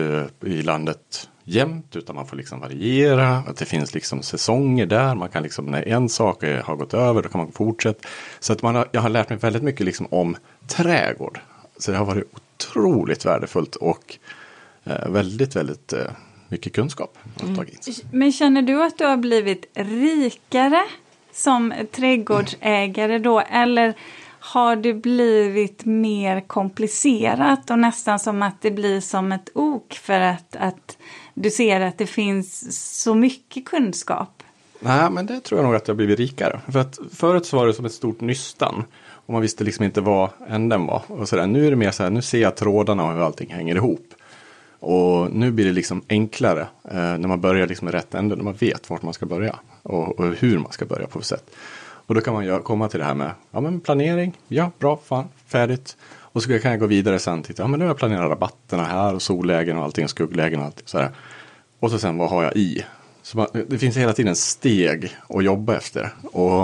i landet jämt, utan man får liksom variera, att det finns liksom säsonger där, man kan liksom, när en sak har gått över, då kan man fortsätta. Så att jag har lärt mig väldigt mycket liksom om trädgård. Så det har varit otroligt värdefullt och väldigt, väldigt mycket kunskap att ta in. Men känner du att du har blivit rikare som trädgårdsägare då, eller har det blivit mer komplicerat och nästan som att det blir som ett ok för att du ser att det finns så mycket kunskap? Nej, men det tror jag nog att jag har blivit rikare. För att förut så var det som ett stort nystan och man visste liksom inte vad änden var. Och så där. Nu är det mer så här, nu ser jag trådarna och hur allting hänger ihop. Och nu blir det liksom enklare när man börjar liksom i rätt ände, när man vet vart man ska börja och hur man ska börja på sätt. Och då kan man komma till det här med men planering, ja bra, fan, färdigt. Och så kan jag gå vidare sen till, men nu har jag planerat rabatterna här och sollägen och allting, skugglägen och allting sådär. Och så sen, vad har jag i? Så det finns hela tiden steg att jobba efter. Och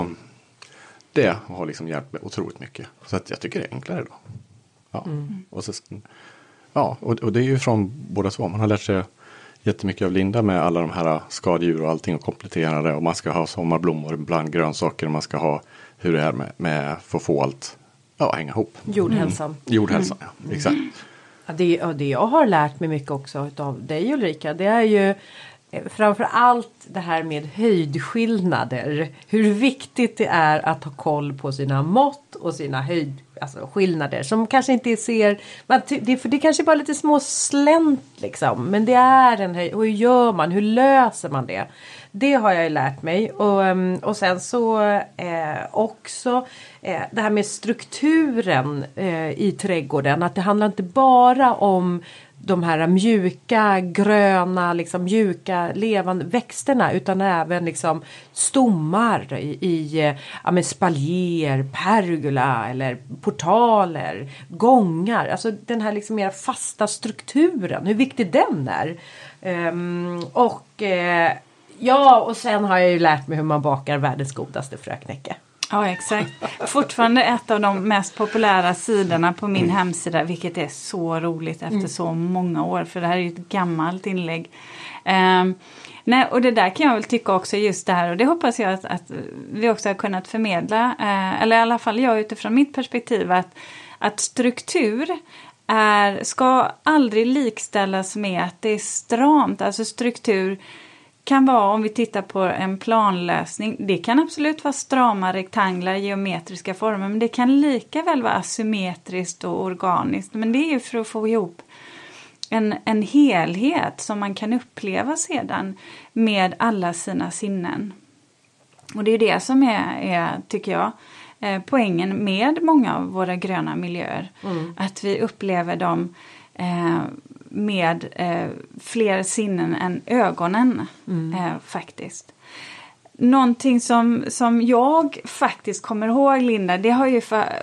det har liksom hjälpt mig otroligt mycket. Så att jag tycker det är enklare då. Ja, och så, och det är ju från båda två. Man har lärt sig jättemycket av Linda med alla de här skadedjur och allting och komplettera det. Och man ska ha sommarblommor bland grönsaker. Och man ska ha hur det är med för att få allt hänga ihop. Jordhälsan. Jordhälsan, exakt. Ja, det jag har lärt mig mycket också av dig Ulrika, det är ju framför allt det här med höjdskillnader. Hur viktigt det är att ha koll på sina mått och sina skillnader som kanske inte ser, för det kanske bara är lite små slänt liksom, men det är en höjd. Och hur gör man? Hur löser man det? Det har jag ju lärt mig. Och sen så också det här med strukturen i trädgården. Att det handlar inte bara om de här mjuka, gröna, liksom mjuka, levande växterna. Utan även liksom stommar i spaljer, pergola eller portaler, gångar. Alltså den här liksom mer fasta strukturen. Hur viktig den är. Och sen har jag ju lärt mig hur man bakar världens godaste fröknäcke. Ja, exakt. Fortfarande ett av de mest populära sidorna på min hemsida, vilket är så roligt efter så många år, för det här är ju ett gammalt inlägg. Och det där kan jag väl tycka också, just det här, och det hoppas jag att vi också har kunnat förmedla, eller i alla fall jag utifrån mitt perspektiv, att struktur ska aldrig likställas med att det är stramt. Alltså struktur kan vara, om vi tittar på en planlösning, det kan absolut vara strama rektanglar, geometriska former, men det kan lika väl vara asymmetriskt och organiskt. Men det är ju för att få ihop en helhet som man kan uppleva sedan med alla sina sinnen. Och det är det som är tycker jag, poängen med många av våra gröna miljöer. Att vi upplever dem med fler sinnen än ögonen faktiskt. Någonting som jag faktiskt kommer ihåg, Linda, det har ju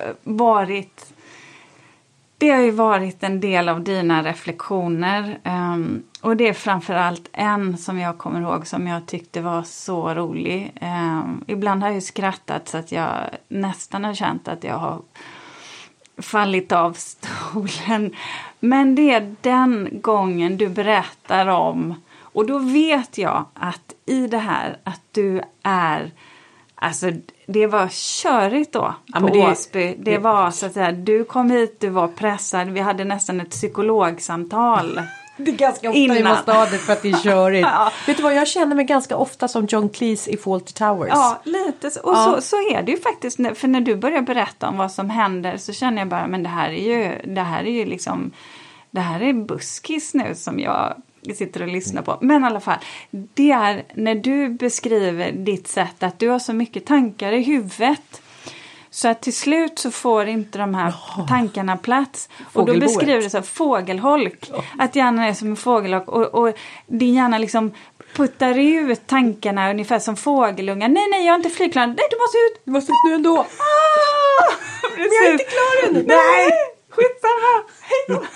varit en del av dina reflektioner. Och det är framförallt en som jag kommer ihåg som jag tyckte var så rolig. Ibland har jag skrattat så att jag nästan har känt att jag har fallit av stolen. Men det är den gången du berättar om, och då vet jag att i det här att du är, alltså det var körigt då på Åsby. Det var så att säga, du kom hit, du var pressad, vi hade nästan ett psykologsamtal. Det är ganska ofta i Mastadet för att det är körigt. Ja. Vet du vad, jag känner mig ganska ofta som John Cleese i Fawlty Towers. Ja, lite så. Och så är det ju faktiskt. För när du börjar berätta om vad som händer så känner jag bara, men det här är ju liksom, det här är buskis nu som jag sitter och lyssnar på. Men i alla fall, det är när du beskriver ditt sätt att du har så mycket tankar i huvudet. Så att till slut så får inte de här tankarna plats. Och då beskriver det så här, fågelholk. Att hjärnan är som en fågelholk. Och din hjärna liksom puttar ut tankarna ungefär som fågelungar. Nej, jag är inte flygklar. Nej, du måste ut. Du måste ut nu ändå. Men jag är inte klar än. Nej, skitsamma. Hej då.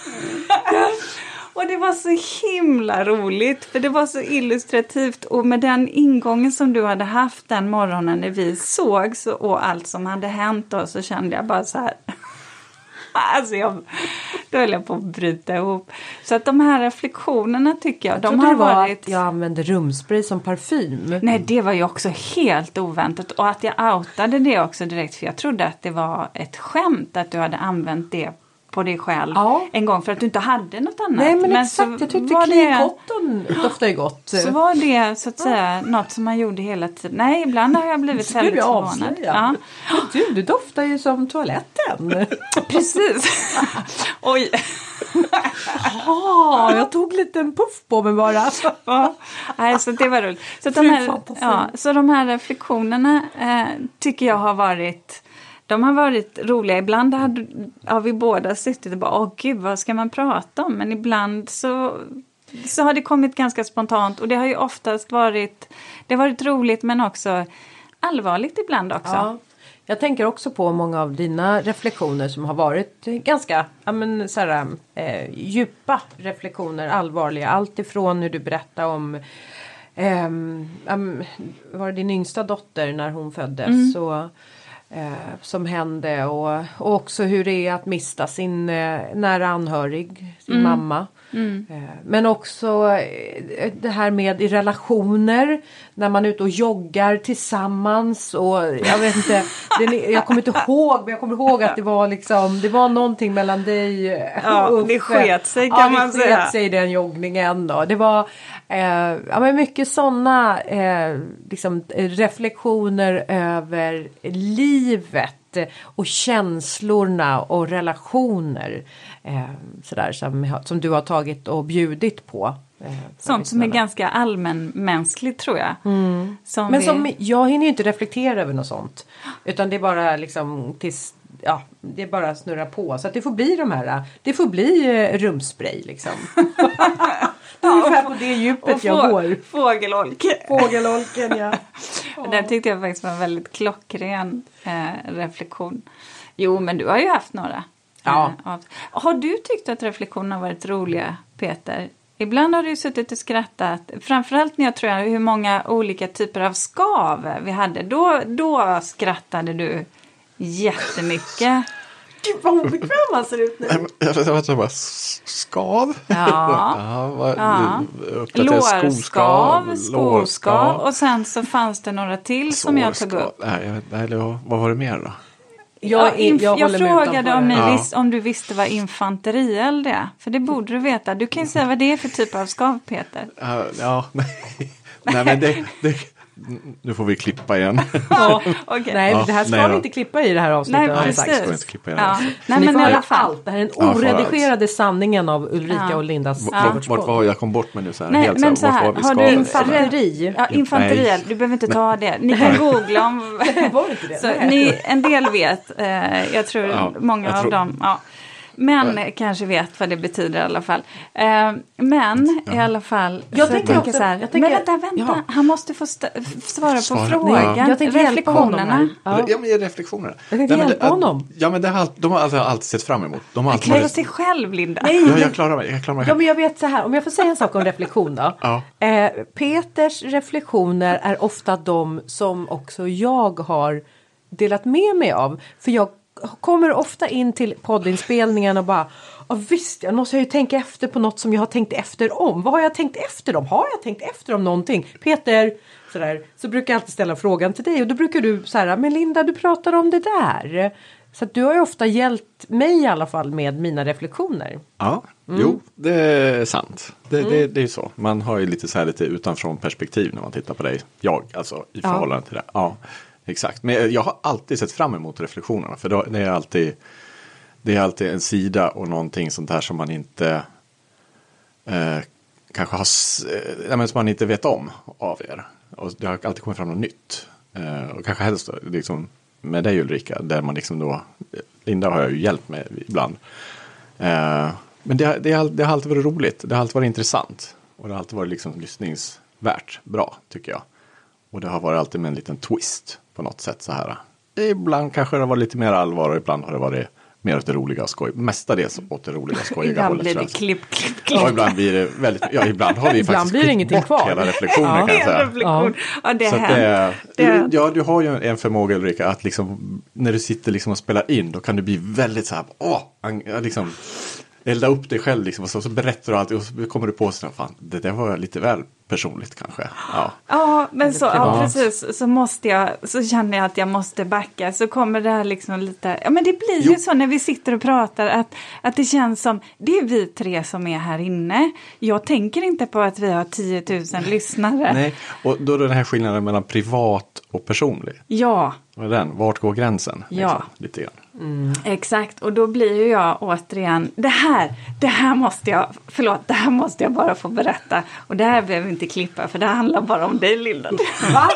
Och det var så himla roligt, för det var så illustrativt, och med den ingången som du hade haft den morgonen när vi sågs och allt som hade hänt då, så kände jag bara så här, alltså då höll jag på att bryta ihop. Så att de här reflektionerna tycker jag de har varit... Att jag använde rumspray som parfym. Nej, det var ju också helt oväntat, och att jag outade det också direkt, för jag trodde att det var ett skämt att du hade använt det på dig själv en gång för att du inte hade något annat. Nej, men exakt, jag tyckte Klikotten doftade gott. Så var det så att säga något som man gjorde hela tiden. Nej, ibland har jag blivit väldigt förvånad. Ja. Du doftar ju som toaletten. Precis. Oj. Jag tog lite en puff på mig bara. Nej, så det var roligt. Så de här reflektionerna tycker jag har varit... De har varit roliga. Ibland har vi båda suttit och bara, gud, vad ska man prata om? Men ibland så har det kommit ganska spontant. Och det har ju oftast varit roligt, men också allvarligt ibland också. Ja. Jag tänker också på många av dina reflektioner som har varit ganska djupa reflektioner, allvarliga. Allt ifrån hur du berättar om var det din yngsta dotter när hon föddes. Så... som hände och också hur det är att mista sin nära anhörig, sin mamma. Men också det här med i relationer när man är ute och joggar tillsammans och jag vet inte, jag kommer inte ihåg, men jag kommer ihåg att det var liksom, det var någonting mellan dig och det sket sig kan man säga. Det sket sig den joggningen då. Det var men mycket sådana liksom reflektioner över livet och känslorna och relationer sådär som du har tagit och bjudit på. Sånt som är ganska allmänmänskligt tror jag. Som jag hinner ju inte reflektera över något sånt. Utan det är bara liksom det är bara att snurra på. Så att det får bli det får bli rumspray liksom. Ungefär på det djupet jag går. Fågelholken, ja. Den tyckte jag faktiskt var en väldigt klockren reflektion. Jo, men du har ju haft några. Ja. Har du tyckt att reflektionerna har varit roliga, Peter? Ibland har du suttit och skrattat. Framförallt när jag tror hur många olika typer av skav vi hade. Då skrattade du jättemycket. Gud vad obekväm man ser ut nu. Jag bara skav. Lårskav, skoskav. Och sen så fanns det några till som jag tog upp. Vad var det mer då? Jag frågade om du visste vad infanterield är. För det borde du veta. Du kan ju säga vad det är för typ av skav, Peter. Nej men det nu får vi klippa igen. Okay. Nej, det här ska vi inte klippa i det här avsnittet. Nej, precis. Ska inte klippa igen. Nej, men i alla fall. Det här är den oredigerade sanningen av Ulrika och Lindas. Vart var jag kom bort med nu så här. Nej, helt men så här. Har du infanteri? Ja, infanteri. Du behöver inte ta det. Ni kan googla om... Var inte det? Så en del vet. Jag tror många av dem... Ja. Men kanske vet vad det betyder i alla fall. I alla fall. Jag tänker så här. Men vänta. Ja. Han måste få svara på frågan. Ja. Jag tänker reflektionerna. Ja, men reflektionerna. Jag tänkte hjälpa honom. Ja, men de har alltid sett fram emot. De har alltid varit... sig själv, Linda. Nej, jag klarar mig. Ja, men jag vet så här. Om jag får säga en sak om reflektion då. Ja. Peters reflektioner är ofta de som också jag har delat med mig av. För jag kommer ofta in till poddinspelningen och bara visst, jag måste ju tänka efter på något som jag har tänkt efter om. Vad har jag tänkt efter om? Har jag tänkt efter om någonting? Peter, så brukar jag alltid ställa frågan till dig och då brukar du så här, men Linda, du pratar om det där. Så att du har ju ofta hjälpt mig i alla fall med mina reflektioner. Ja, jo, det är sant. Det är ju så. Man har ju lite utanför perspektiv när man tittar på dig. Alltså i förhållande till det. Ja. Exakt, men jag har alltid sett fram emot reflektionerna för det är alltid en sida och någonting sånt här som man inte kanske har, som man inte vet om av er. Och det har alltid kommit fram något nytt. Och kanske helst liksom, med dig Ulrika, där man liksom då, Linda har jag ju hjälpt med ibland. Men det har alltid varit roligt, det har alltid varit intressant och det har alltid varit liksom lyssningsvärt, bra tycker jag. Och det har varit alltid med en liten twist på något sätt så här. Ibland kanske det har varit lite mer allvar och ibland har det varit mer åt det roliga och skoj. Mestadels åt det roliga och skojiga hållet. Ibland blir det klipp. Ja, ibland blir det väldigt... Ja, ibland har vi faktiskt klippt bort kvar. Hela reflektionen kan jag säga. Ja, det är ja, du har ju en förmåga Ulrika att liksom, när du sitter liksom och spelar in, då kan du bli väldigt så här, liksom elda upp dig själv liksom, och så berättar du alltid och så kommer du på sig, fan, det där var lite väl personligt kanske. Ja, men precis, så känner jag att jag måste backa, så kommer det här liksom lite, men det blir ju så när vi sitter och pratar att det känns som, det är vi tre som är här inne. Jag tänker inte på att vi har 10 000 lyssnare. Nej, och då är det den här skillnaden mellan privat och personlig. Ja. Vart går gränsen? Ja. Liksom, lite grann. Exakt, och då blir ju jag återigen, det här måste jag bara få berätta, och det här behöver vi inte klippa för det handlar bara om dig, Linda. Va?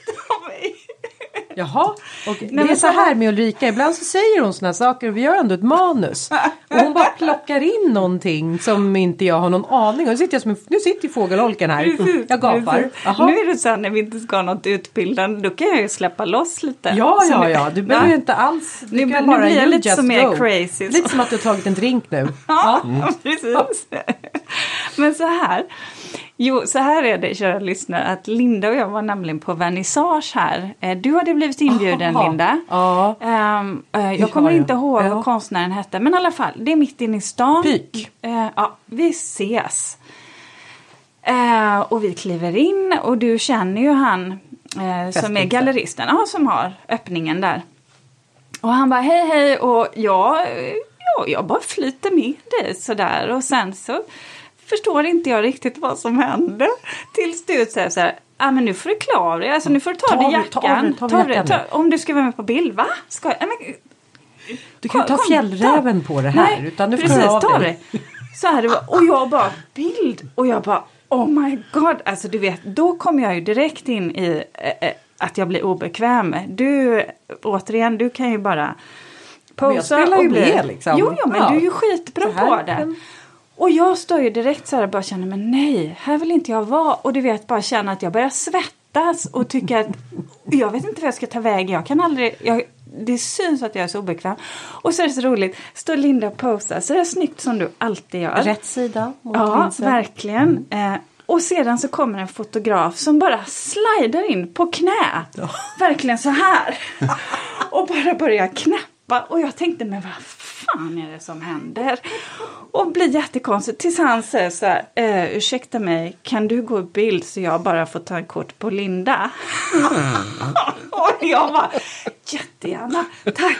Jaha, och det är så här med Ulrika, ibland så säger hon såna saker och vi gör ändå ett manus och hon bara plockar in någonting som inte jag har någon aning om. Nu sitter ju fågelholken här, jag gapar. Nu är det så här, när vi inte ska ha något utbildande, då kan jag ju släppa loss lite. Ja, du behöver ju inte alls. Nu blir jag lite som mer crazy. Lite som att du har tagit en drink nu. Ja, precis. Men så här, Jo, så här är det, kära lyssnare, att Linda och jag var nämligen på vernissage här. Du hade blivit inbjuden, Linda. Ja. Jag kommer inte ihåg vad konstnären hette, men i alla fall, det är mitt inne i stan. Pyk. Ja, vi ses. Och vi kliver in och du känner ju han som är galleristen, som har öppningen där. Och han bara hej och jag bara flyter med dig sådär. Och sen så förstår inte jag riktigt vad som hände. Tills du säger så här, men nu får du klara dig. Alltså nu får du ta dig jackan. Om du ska vara med på bild, va? Du kan ta fjällräven på det här. Nej, utan du får precis, ta det. Så här det var. Och jag bara, bild. Och jag bara, oh my god. Alltså du vet, då kommer jag ju direkt in i att jag blir obekväm. Återigen, du kan ju bara posa. Jag spelar ju med liksom. Jo, men du är ju skitbra på det. Och jag står ju direkt så här och bara känner, men nej, här vill inte jag vara. Och du vet, bara känna att jag börjar svettas och tycker att jag vet inte vad jag ska ta vägen. Jag kan aldrig, det syns att jag är så obekväm. Och så är det så roligt, står Linda och posar så är det snyggt som du alltid gör. Rätt sida mot linsen. Verkligen. Och sedan så kommer en fotograf som bara slidar in på knä. Verkligen så här. Och bara börjar knäppa. Och jag tänkte, men vad fan är det som händer? Och blir jättekonstigt. Tills han säger så här, ursäkta mig, kan du gå i bild så jag bara får ta en kort på Linda? Och jag bara, jättegärna. Tack.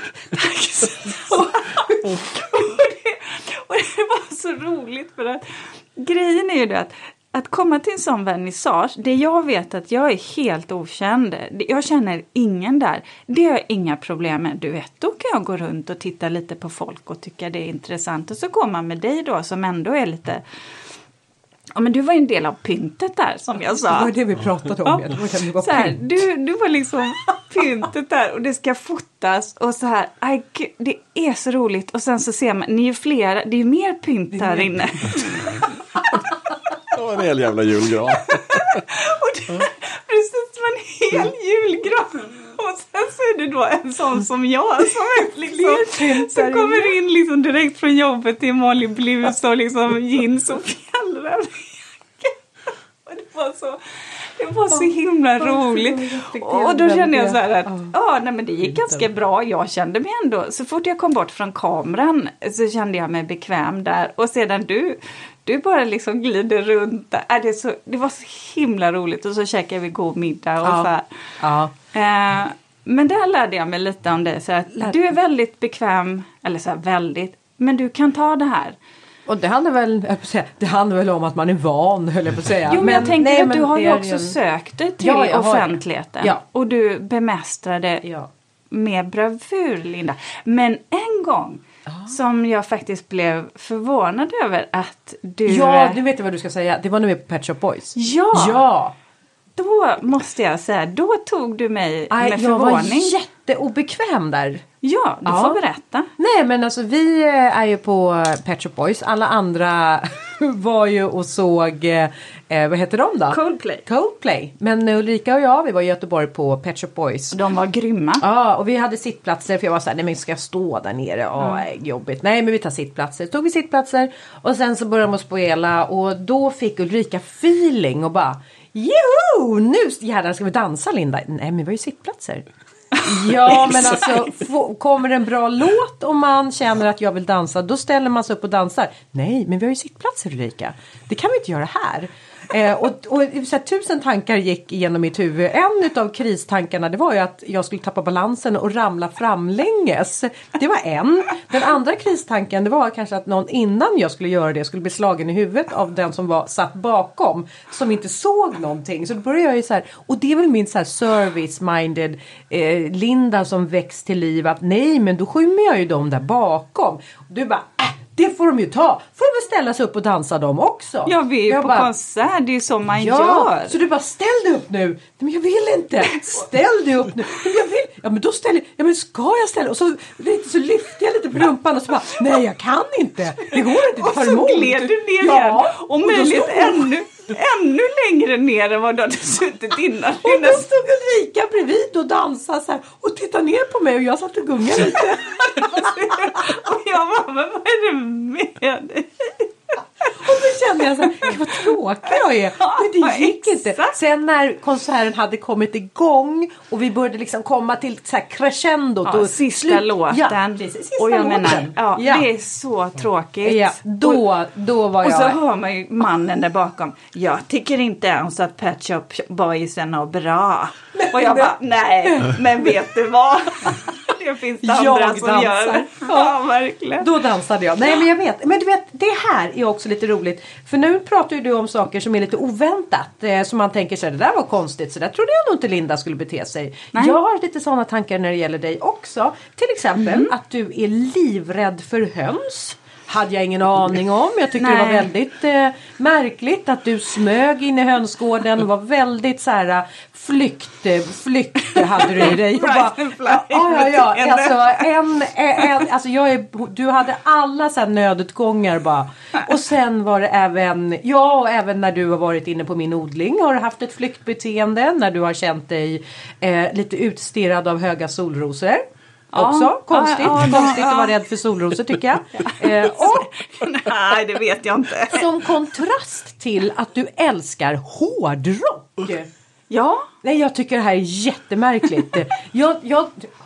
Och det var så roligt för att grejen är ju det att komma till en sån vernissage, det jag vet att jag är helt okänd. Jag känner ingen där. Det har jag inga problem med. Du vet, då kan jag gå runt och titta lite på folk och tycka det är intressant. Och så går man med dig då som ändå är lite... Ja, men du var en del av pyntet där, som jag sa. Det var det vi pratade om. Ja. Så här, du var liksom pyntet där och det ska fotas och så här. Aj, det är så roligt. Och sen så ser man, ni är ju flera, det är ju mer pynt här inne. Det var en hel jävla julgran. Och precis som en hel julgran. Och sen så är det då en sån som jag som är liksom, som kommer in liksom direkt från jobbet i vanlig blus och liksom jeans och fjällräven. Och det var så himla roligt. Och då kände jag så här att nej, men det gick ganska bra. Jag kände mig ändå, så fort jag kom bort från kameran så kände jag mig bekväm där. Och sedan du bara liksom glider runt där. Det var så himla roligt. Och så käkade vi god middag och så här. Ja. Men där lärde jag mig lite om det. Så att du är väldigt bekväm. Eller så här väldigt. Men du kan ta det här. Och det handlar väl om att man är van, höll jag på att säga. Jo, men jag tänker att du har ju också sökt dig till offentligheten. Ja. Och du bemästrade med bravur, Linda. Men en gång som jag faktiskt blev förvånad över att du... Ja, du vet vad du ska säga. Det var nu på Pet Shop Boys. Ja! Då måste jag säga, då tog du mig med förvåning. Jag var jätteobekväm där. Ja, du får berätta. Nej, men alltså vi är ju på Pet Shop Boys. Alla andra var ju och såg, vad heter de då? Coldplay. Men Ulrika och jag, vi var i Göteborg på Pet Shop Boys. De var grymma. Ja, och vi hade sittplatser. För jag var så här, nej men ska jag stå där nere? Jobbigt. Nej, men vi tar sittplatser. Tog vi sittplatser. Och sen så började de att spela. Och då fick Ulrika feeling och bara... Joho! Nu jävlar ska vi dansa, Linda. Nej, men vi var ju sittplatser. Ja, men alltså kommer en bra låt och man känner att jag vill dansa, då ställer man sig upp och dansar. Nej, men vi har ju sittplatser, Ulrika. Det kan vi inte göra här. Och så här, 1000 tankar gick igenom mitt huvud. En av kristankarna, det var ju att jag skulle tappa balansen och ramla framlänges. Det var en. Den andra kristanken, det var kanske att någon innan jag skulle göra det skulle bli slagen i huvudet av den som satt bakom, som inte såg någonting. Så då började jag ju så här, och det är väl min så här service-minded Linda som väcks till liv, att nej, men då skymmer jag ju dem där bakom. Och du bara... Det får de ju ta. Får de väl ställa sig upp och dansa dem också. Ja, vi är ju på konsert. Det är ju så man gör. Så du bara, ställ dig upp nu. Men jag vill inte. Ställ dig upp nu. Men jag vill. Ja, men då ställer jag. Ja, men ska jag ställa? Och så lyfter jag lite på rumpan och så bara, nej, jag kan inte. Det går inte. Och så gled du ner igen. Och möjligt ännu längre ner än vad du hade suttit innan. Och då stod Ulrika bredvid och dansade så här. Och tittade ner på mig och jag satt och gungade lite. Och jag bara, men vad är det med dig? Och så kände jag så här, vad tråkig jag är. Men det gick inte. Sen när konserten hade kommit igång och vi började liksom komma till så här crescendot. Ja, och sista låten. Ja, sista och jag låten. menar, det är så tråkigt. Ja, då var jag... Och så hör man ju mannen där bakom. Jag tycker inte ens att Pet Shop Boys är något bra. Och jag bara, nej, men vet du vad? Det finns det andra som gör. Ja, verkligen. Då dansade jag. Nej, men jag vet. Men du vet, det här är också lite roligt. För nu pratar ju du om saker som är lite oväntat. Som man tänker sig, det där var konstigt. Så där trodde jag nog inte Linda skulle bete sig. Nej. Jag har lite sådana tankar när det gäller dig också. Till exempel att du är livrädd för höns. Hade jag ingen aning om. Jag tyckte det var väldigt märkligt att du smög in i hönsgården. Det var väldigt så här flykt hade du i dig. Alltså, du hade alla så här nödutgångar bara. Och sen var det även, även när du har varit inne på min odling har du haft ett flyktbeteende. När du har känt dig lite utstirrad av höga solrosor. Också konstigt att vara rädd för solrosor tycker jag. Nej, det vet jag inte. Som kontrast till att du älskar hårdrock. Ja. Nej, jag tycker det här är jättemärkligt. Jag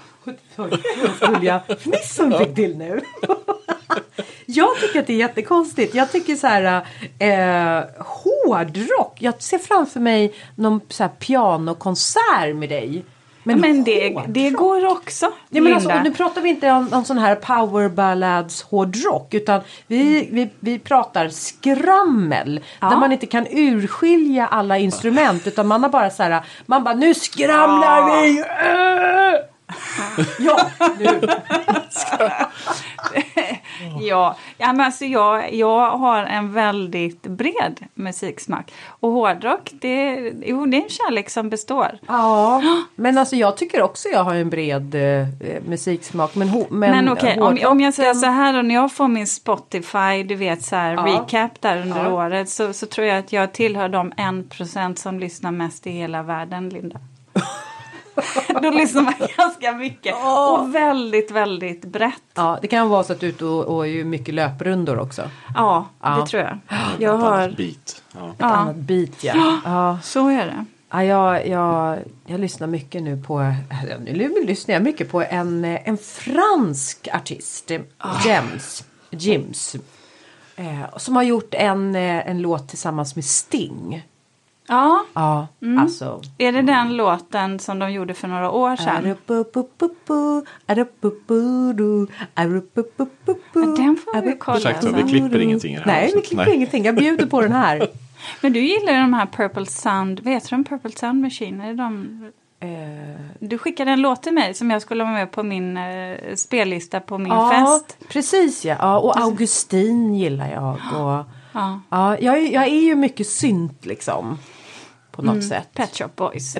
fnissan fick till nu. Jag tycker att det är jättekonstigt. Jag tycker så här hårdrock. Jag ser framför mig någon så här pianokonsert med dig. Men det går också. Ja, men alltså, nu pratar vi inte om sån här power ballads hårdrock utan vi pratar skrammel där man inte kan urskilja alla instrument utan man har bara så här, man bara nu skramlar vi. Ja, nu. Ja, men alltså jag har en väldigt bred musiksmak. Och hårdrock, det är en kärlek som består. Ja, men alltså jag tycker också jag har en bred musiksmak. Men okej, om jag säger så här, och när jag får min Spotify, du vet så här, recap där under året, så tror jag att jag tillhör de 1% som lyssnar mest i hela världen, Linda. Då lyssnar man ganska mycket. Och väldigt, väldigt brett. Ja, det kan vara så att du och är mycket löprundor också. Ja, det tror jag. Jag har annat beat. Ett annat beat, ja. Så är det. Ja, jag lyssnar mycket nu på... Nu lyssnar jag mycket på en fransk artist. Jims. Som har gjort en låt tillsammans med Sting. Ja. Alltså. Är det den låten som de gjorde för några år sedan? Den får vi kolla. Exakt så, vi klipper ingenting här. Nej, vi klipper ingenting. Jag bjuder på den här. Men du gillar ju de här Purple Sound. Vet du om Purple Sound Machine? Är de... Du skickade en låt till mig som jag skulle ha med på min spellista på min fest. Precis, ja. Och Augustin gillar jag. Och, jag är ju mycket synt liksom. På något sätt. Pet Shop Boys.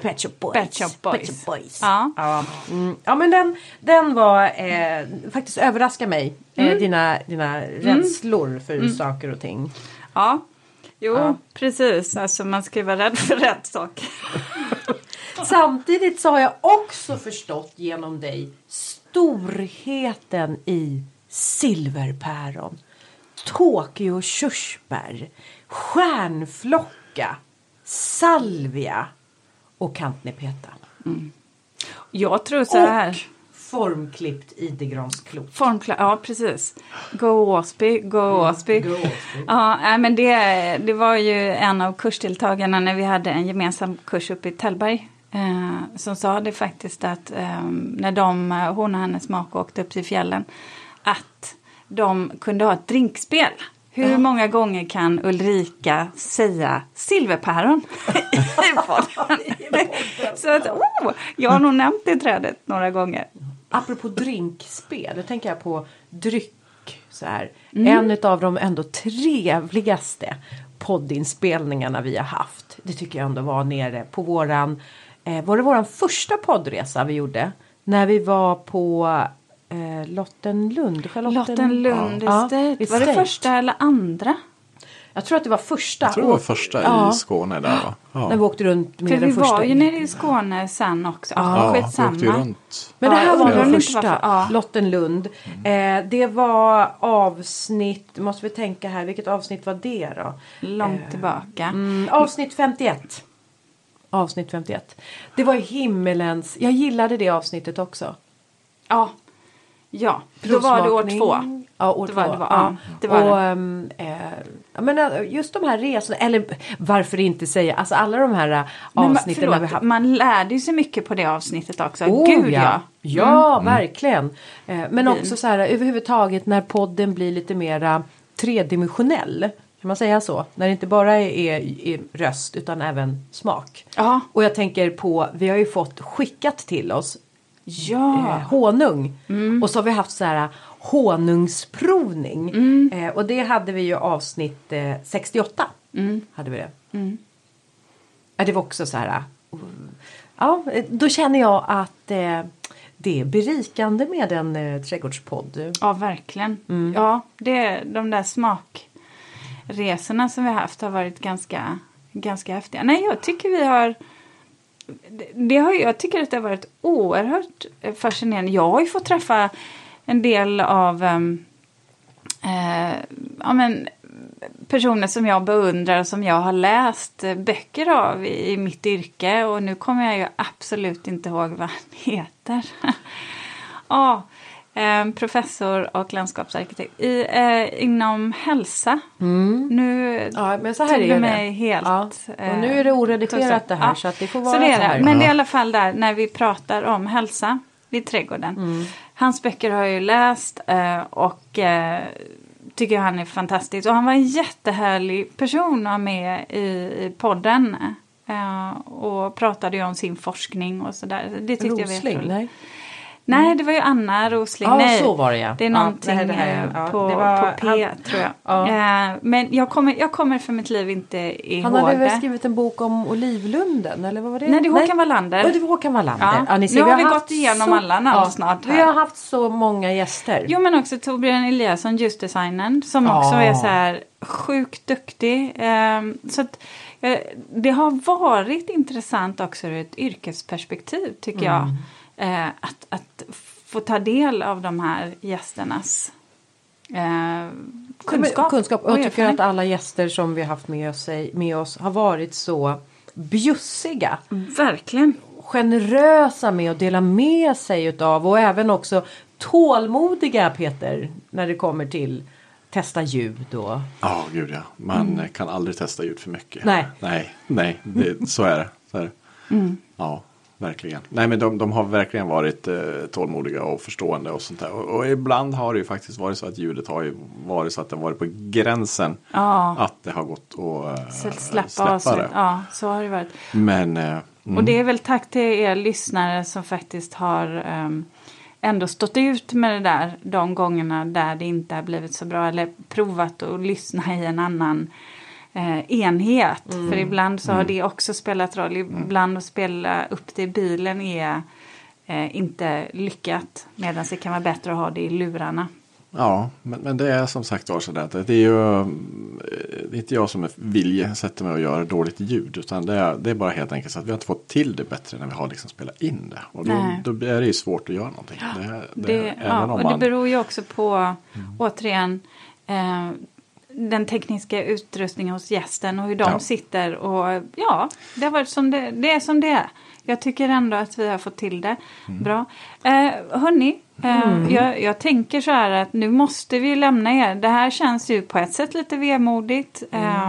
Ja, men den var faktiskt överraskar mig. Dina rädslor för saker och ting. Ja, precis. Alltså man ska vara rädd för rätt sak. Samtidigt så har jag också förstått genom dig storheten i silverpäron, Tokyo körsbär, stjärnflocka, salvia och kantnepeta. Jag tror så här. Och formklippt idegransklot. Ja, precis. Go Åsby. Ja, men det var ju en av kursdeltagarna när vi hade en gemensam kurs uppe i Tällberg. Som sa det faktiskt att när hon och hennes make åkte upp till fjällen att de kunde ha ett drinkspel. Hur många gånger kan Ulrika säga silverpäron i podden? Så att, jag har nog nämnt det trädet några gånger. Apropå drinkspel, då tänker jag på dryck. Så här. En av de ändå trevligaste poddinspelningarna vi har haft. Det tycker jag ändå var nere på våran första poddresa vi gjorde. När vi var på Lottenlund. Lottenlund estate. Var det första eller andra? Jag tror att det var första. Jag tror det var första i Skåne där, va? Ja. När vi åkte runt med För den vi första. var ju nere i Skåne sen också. Ja, vi åkte ju Skitsamma. runt. Men det här var undrar om den det inte första. var ja. Lottenlund. Det var avsnitt, måste vi tänka här, vilket avsnitt var det då? Långt tillbaka. Avsnitt 51. Avsnitt 51. Det var himmelens, jag gillade det avsnittet också. Ja, då var det år 2. Ja, år 2. Det var och jag menar, just de här resorna, eller varför inte säga, alltså alla de här avsnitten men vi haft. man lärde ju sig mycket på det avsnittet också. Gud ja. Ja, verkligen. Men också så här överhuvudtaget när podden blir lite mera tredimensionell. Kan man säga så? När det inte bara är röst utan även smak. Ja. Och jag tänker på, vi har ju fått skickat till oss honung. Och så har vi haft så här honungsprovning. Och det hade vi ju avsnitt 68. Hade vi det. Ja, det var också så här. Ja, då känner jag att det är berikande med en trädgårdspodd. Ja, verkligen. Ja, de där smakresorna som vi har haft har varit ganska häftiga. Nej, jag tycker vi har... Jag tycker att det har varit oerhört fascinerande. Jag har ju fått träffa en del av personer som jag beundrar och som jag har läst böcker av i mitt yrke. Och nu kommer jag ju absolut inte ihåg vad han heter. Professor och landskapsarkitekt inom hälsa. Nu men så här är det. Mig helt, och nu är det oredigerat det här så att det får vara så här. Men det är i alla fall där när vi pratar om hälsa vid trädgården. Hans böcker har jag ju läst och tycker han är fantastisk. Och han var en jättehärlig person att ha med i podden. Och pratade ju om sin forskning och sådär. Det tyckte Rosling, jag var nej? Nej, det var ju Anna Rosling. Ja, nej, så var det, ja. Det är någonting på P, tror jag. Men jag kommer för mitt liv inte ihåg Han hade väl skrivit en bok om Olivlunden, eller vad var det? Nej, det är Håkan Wallander. Ja, det var Håkan Wallander. Ja. Ni ser, nu vi har vi haft gått igenom alla namn snart här. Vi har haft så många gäster. Jo, men också Torbjörn Eliasson, ljusdesignern, som också är så här sjukt duktig. Så att det har varit intressant också ur ett yrkesperspektiv, tycker jag. Att få ta del av de här gästernas kunskap. Och jag tycker att alla gäster som vi har haft med oss har varit så bjussiga. Verkligen. Generösa med att dela med sig utav, och även också tålmodiga, Peter, när det kommer till testa ljud och... Ja, gud ja. Man kan aldrig testa ljud för mycket. Nej. Så är det. Så är det. Ja, verkligen. Nej, men de har verkligen varit tålmodiga och förstående och sånt där. Och ibland har det ju faktiskt varit så att ljudet har ju varit så att det har varit på gränsen att det har gått att släppa det. Ja, så har det varit. Men... Och det är väl tack till er lyssnare som faktiskt har ändå stått ut med det där de gångerna där det inte har blivit så bra, eller provat att lyssna i en annan enhet. För ibland så har det också spelat roll. Ibland att spela upp det i bilen är inte lyckat, medan det kan vara bättre att ha det i lurarna. Ja, men det är som sagt var så där. Det är ju det är inte jag som sätter mig och gör dåligt ljud, utan det är bara helt enkelt så att vi har inte fått till det bättre när vi har liksom spelat in det. Och då är det ju svårt att göra någonting. Det beror ju också på återigen den tekniska utrustningen hos gästen och hur de sitter, och det har varit som det är som det är. Jag tycker ändå att vi har fått till det bra. Hörni, jag tänker så här att nu måste vi lämna er. Det här känns ju på ett sätt lite vemodigt.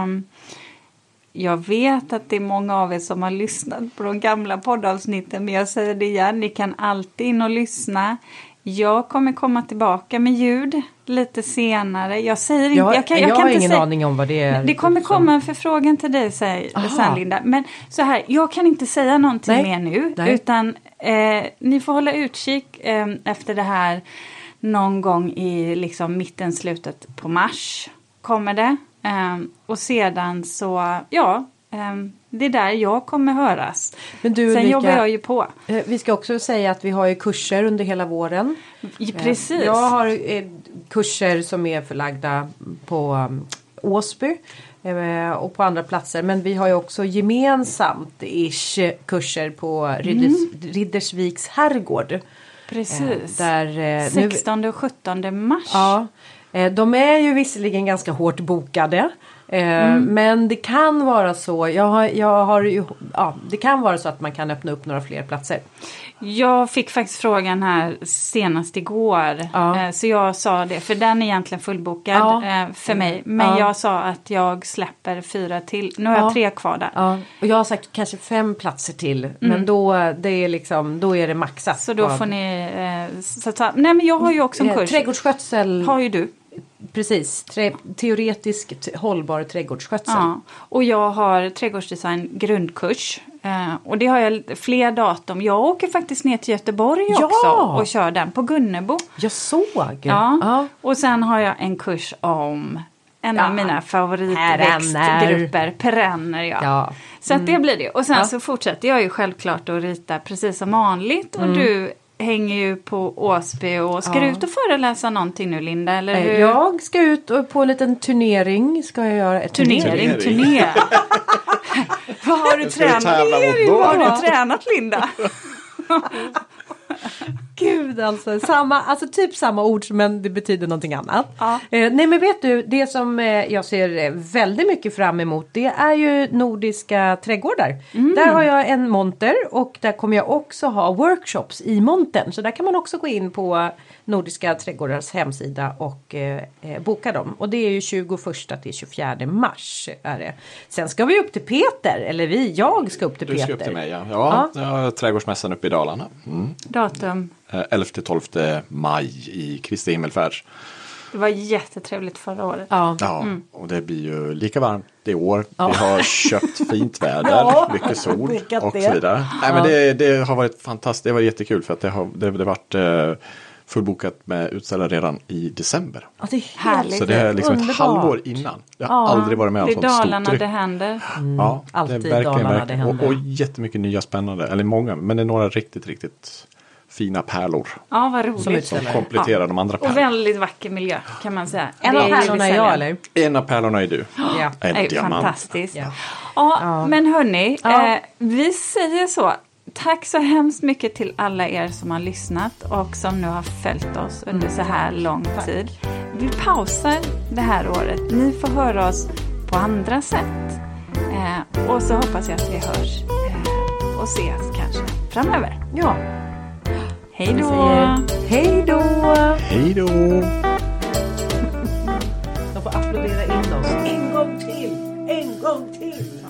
Jag vet att det är många av er som har lyssnat på de gamla poddavsnitten, men jag säger det igen, ni kan alltid in och lyssna. Jag kommer komma tillbaka med ljud lite senare. Jag säger inte, jag kan har inte ingen säga, aning om vad det är. Det kommer komma en förfrågan till dig, säger Linda. Men så här, jag kan inte säga någonting mer nu. Nej. Utan ni får hålla utkik efter det här någon gång i liksom mitten, slutet på mars kommer det. Och sedan så, det är där jag kommer höras. Men du, sen jobbar jag ju på. Vi ska också säga att vi har ju kurser under hela våren. Precis. Jag har kurser som är förlagda på Åsby. Och på andra platser. Men vi har ju också gemensamt-ish kurser på Riddersviks herrgård. Precis. Där, 16 och 17 mars. Ja, de är ju visserligen ganska hårt bokade. Men det kan vara så. Det kan vara så att man kan öppna upp några fler platser. Jag fick faktiskt frågan här senast igår. Så jag sa det. För den är egentligen fullbokad för mig. Men jag sa att jag släpper 4 till. Nu har jag 3 kvar där. Ja. Och jag har sagt kanske 5 platser till. Men då är det maxat. Så då får ni... nej men jag har ju också en kurs. Trädgårdsskötsel. Har ju du. Precis, teoretiskt hållbar trädgårdsskötsel. Ja, och jag har trädgårdsdesign grundkurs. Och det har jag fler datum. Jag åker faktiskt ner till Göteborg också och kör den på Gunnebo. Jag såg. Ja. Och sen har jag en kurs om en av mina favoritväxtgrupper. Perenner, ja. Så att det blir det. Och sen så fortsätter jag ju självklart att rita precis som vanligt. Och du hänger ju på Åsby och ska du ut och föreläsa någonting nu, Linda? Eller hur? Jag ska ut och på en liten turnering. Ska jag göra turné. Vad har du tränat? Vad har du tränat, Linda? Gud alltså, typ samma ord men det betyder någonting annat. Nej men vet du, det som jag ser väldigt mycket fram emot, det är ju nordiska trädgårdar. Där har jag en monter och där kommer jag också ha workshops i montern. Så där kan man också gå in på Nordiska trädgårdars hemsida och boka dem. Och det är ju 21 till 24 mars är det. Sen ska vi upp till Peter, eller jag ska upp till Peter. Du ska upp till mig, ja. Jag har trädgårdsmässan uppe i Dalarna. Datum? 11-12 maj i Kristi himmelfärds. Det var jättetrevligt förra året. Ja, och det blir ju lika varmt i år. Vi har köpt fint väder, mycket sol och så vidare. Nej, men det har varit fantastiskt, det var jättekul för att det har varit fullbokat med utställare redan i december. Ja, det är härligt. Så det är liksom ett halvår innan. Jag har aldrig varit med om sånt stort tryck. Det är Dalarna det händer. Ja, alltid det är Dalarna det händer. Och jättemycket nya spännande, eller många, men det är några riktigt fina pärlor. Ja, vad roligt. Som kompletterar de andra pärlorna. Och väldigt vacker miljö kan man säga. En av pärlorna är jag, eller? En av pärlorna är du. Ja. En diamant. Fantastiskt. Ja, men hörni, vi säger så. Tack så hemskt mycket till alla er som har lyssnat och som nu har följt oss under så här lång tid. Vi pausar det här året. Ni får höra oss på andra sätt. Och så hoppas jag att vi hörs och ses kanske framöver. Ja. Hej då! Hej då! Hej då! De får applådera in oss. En gång till!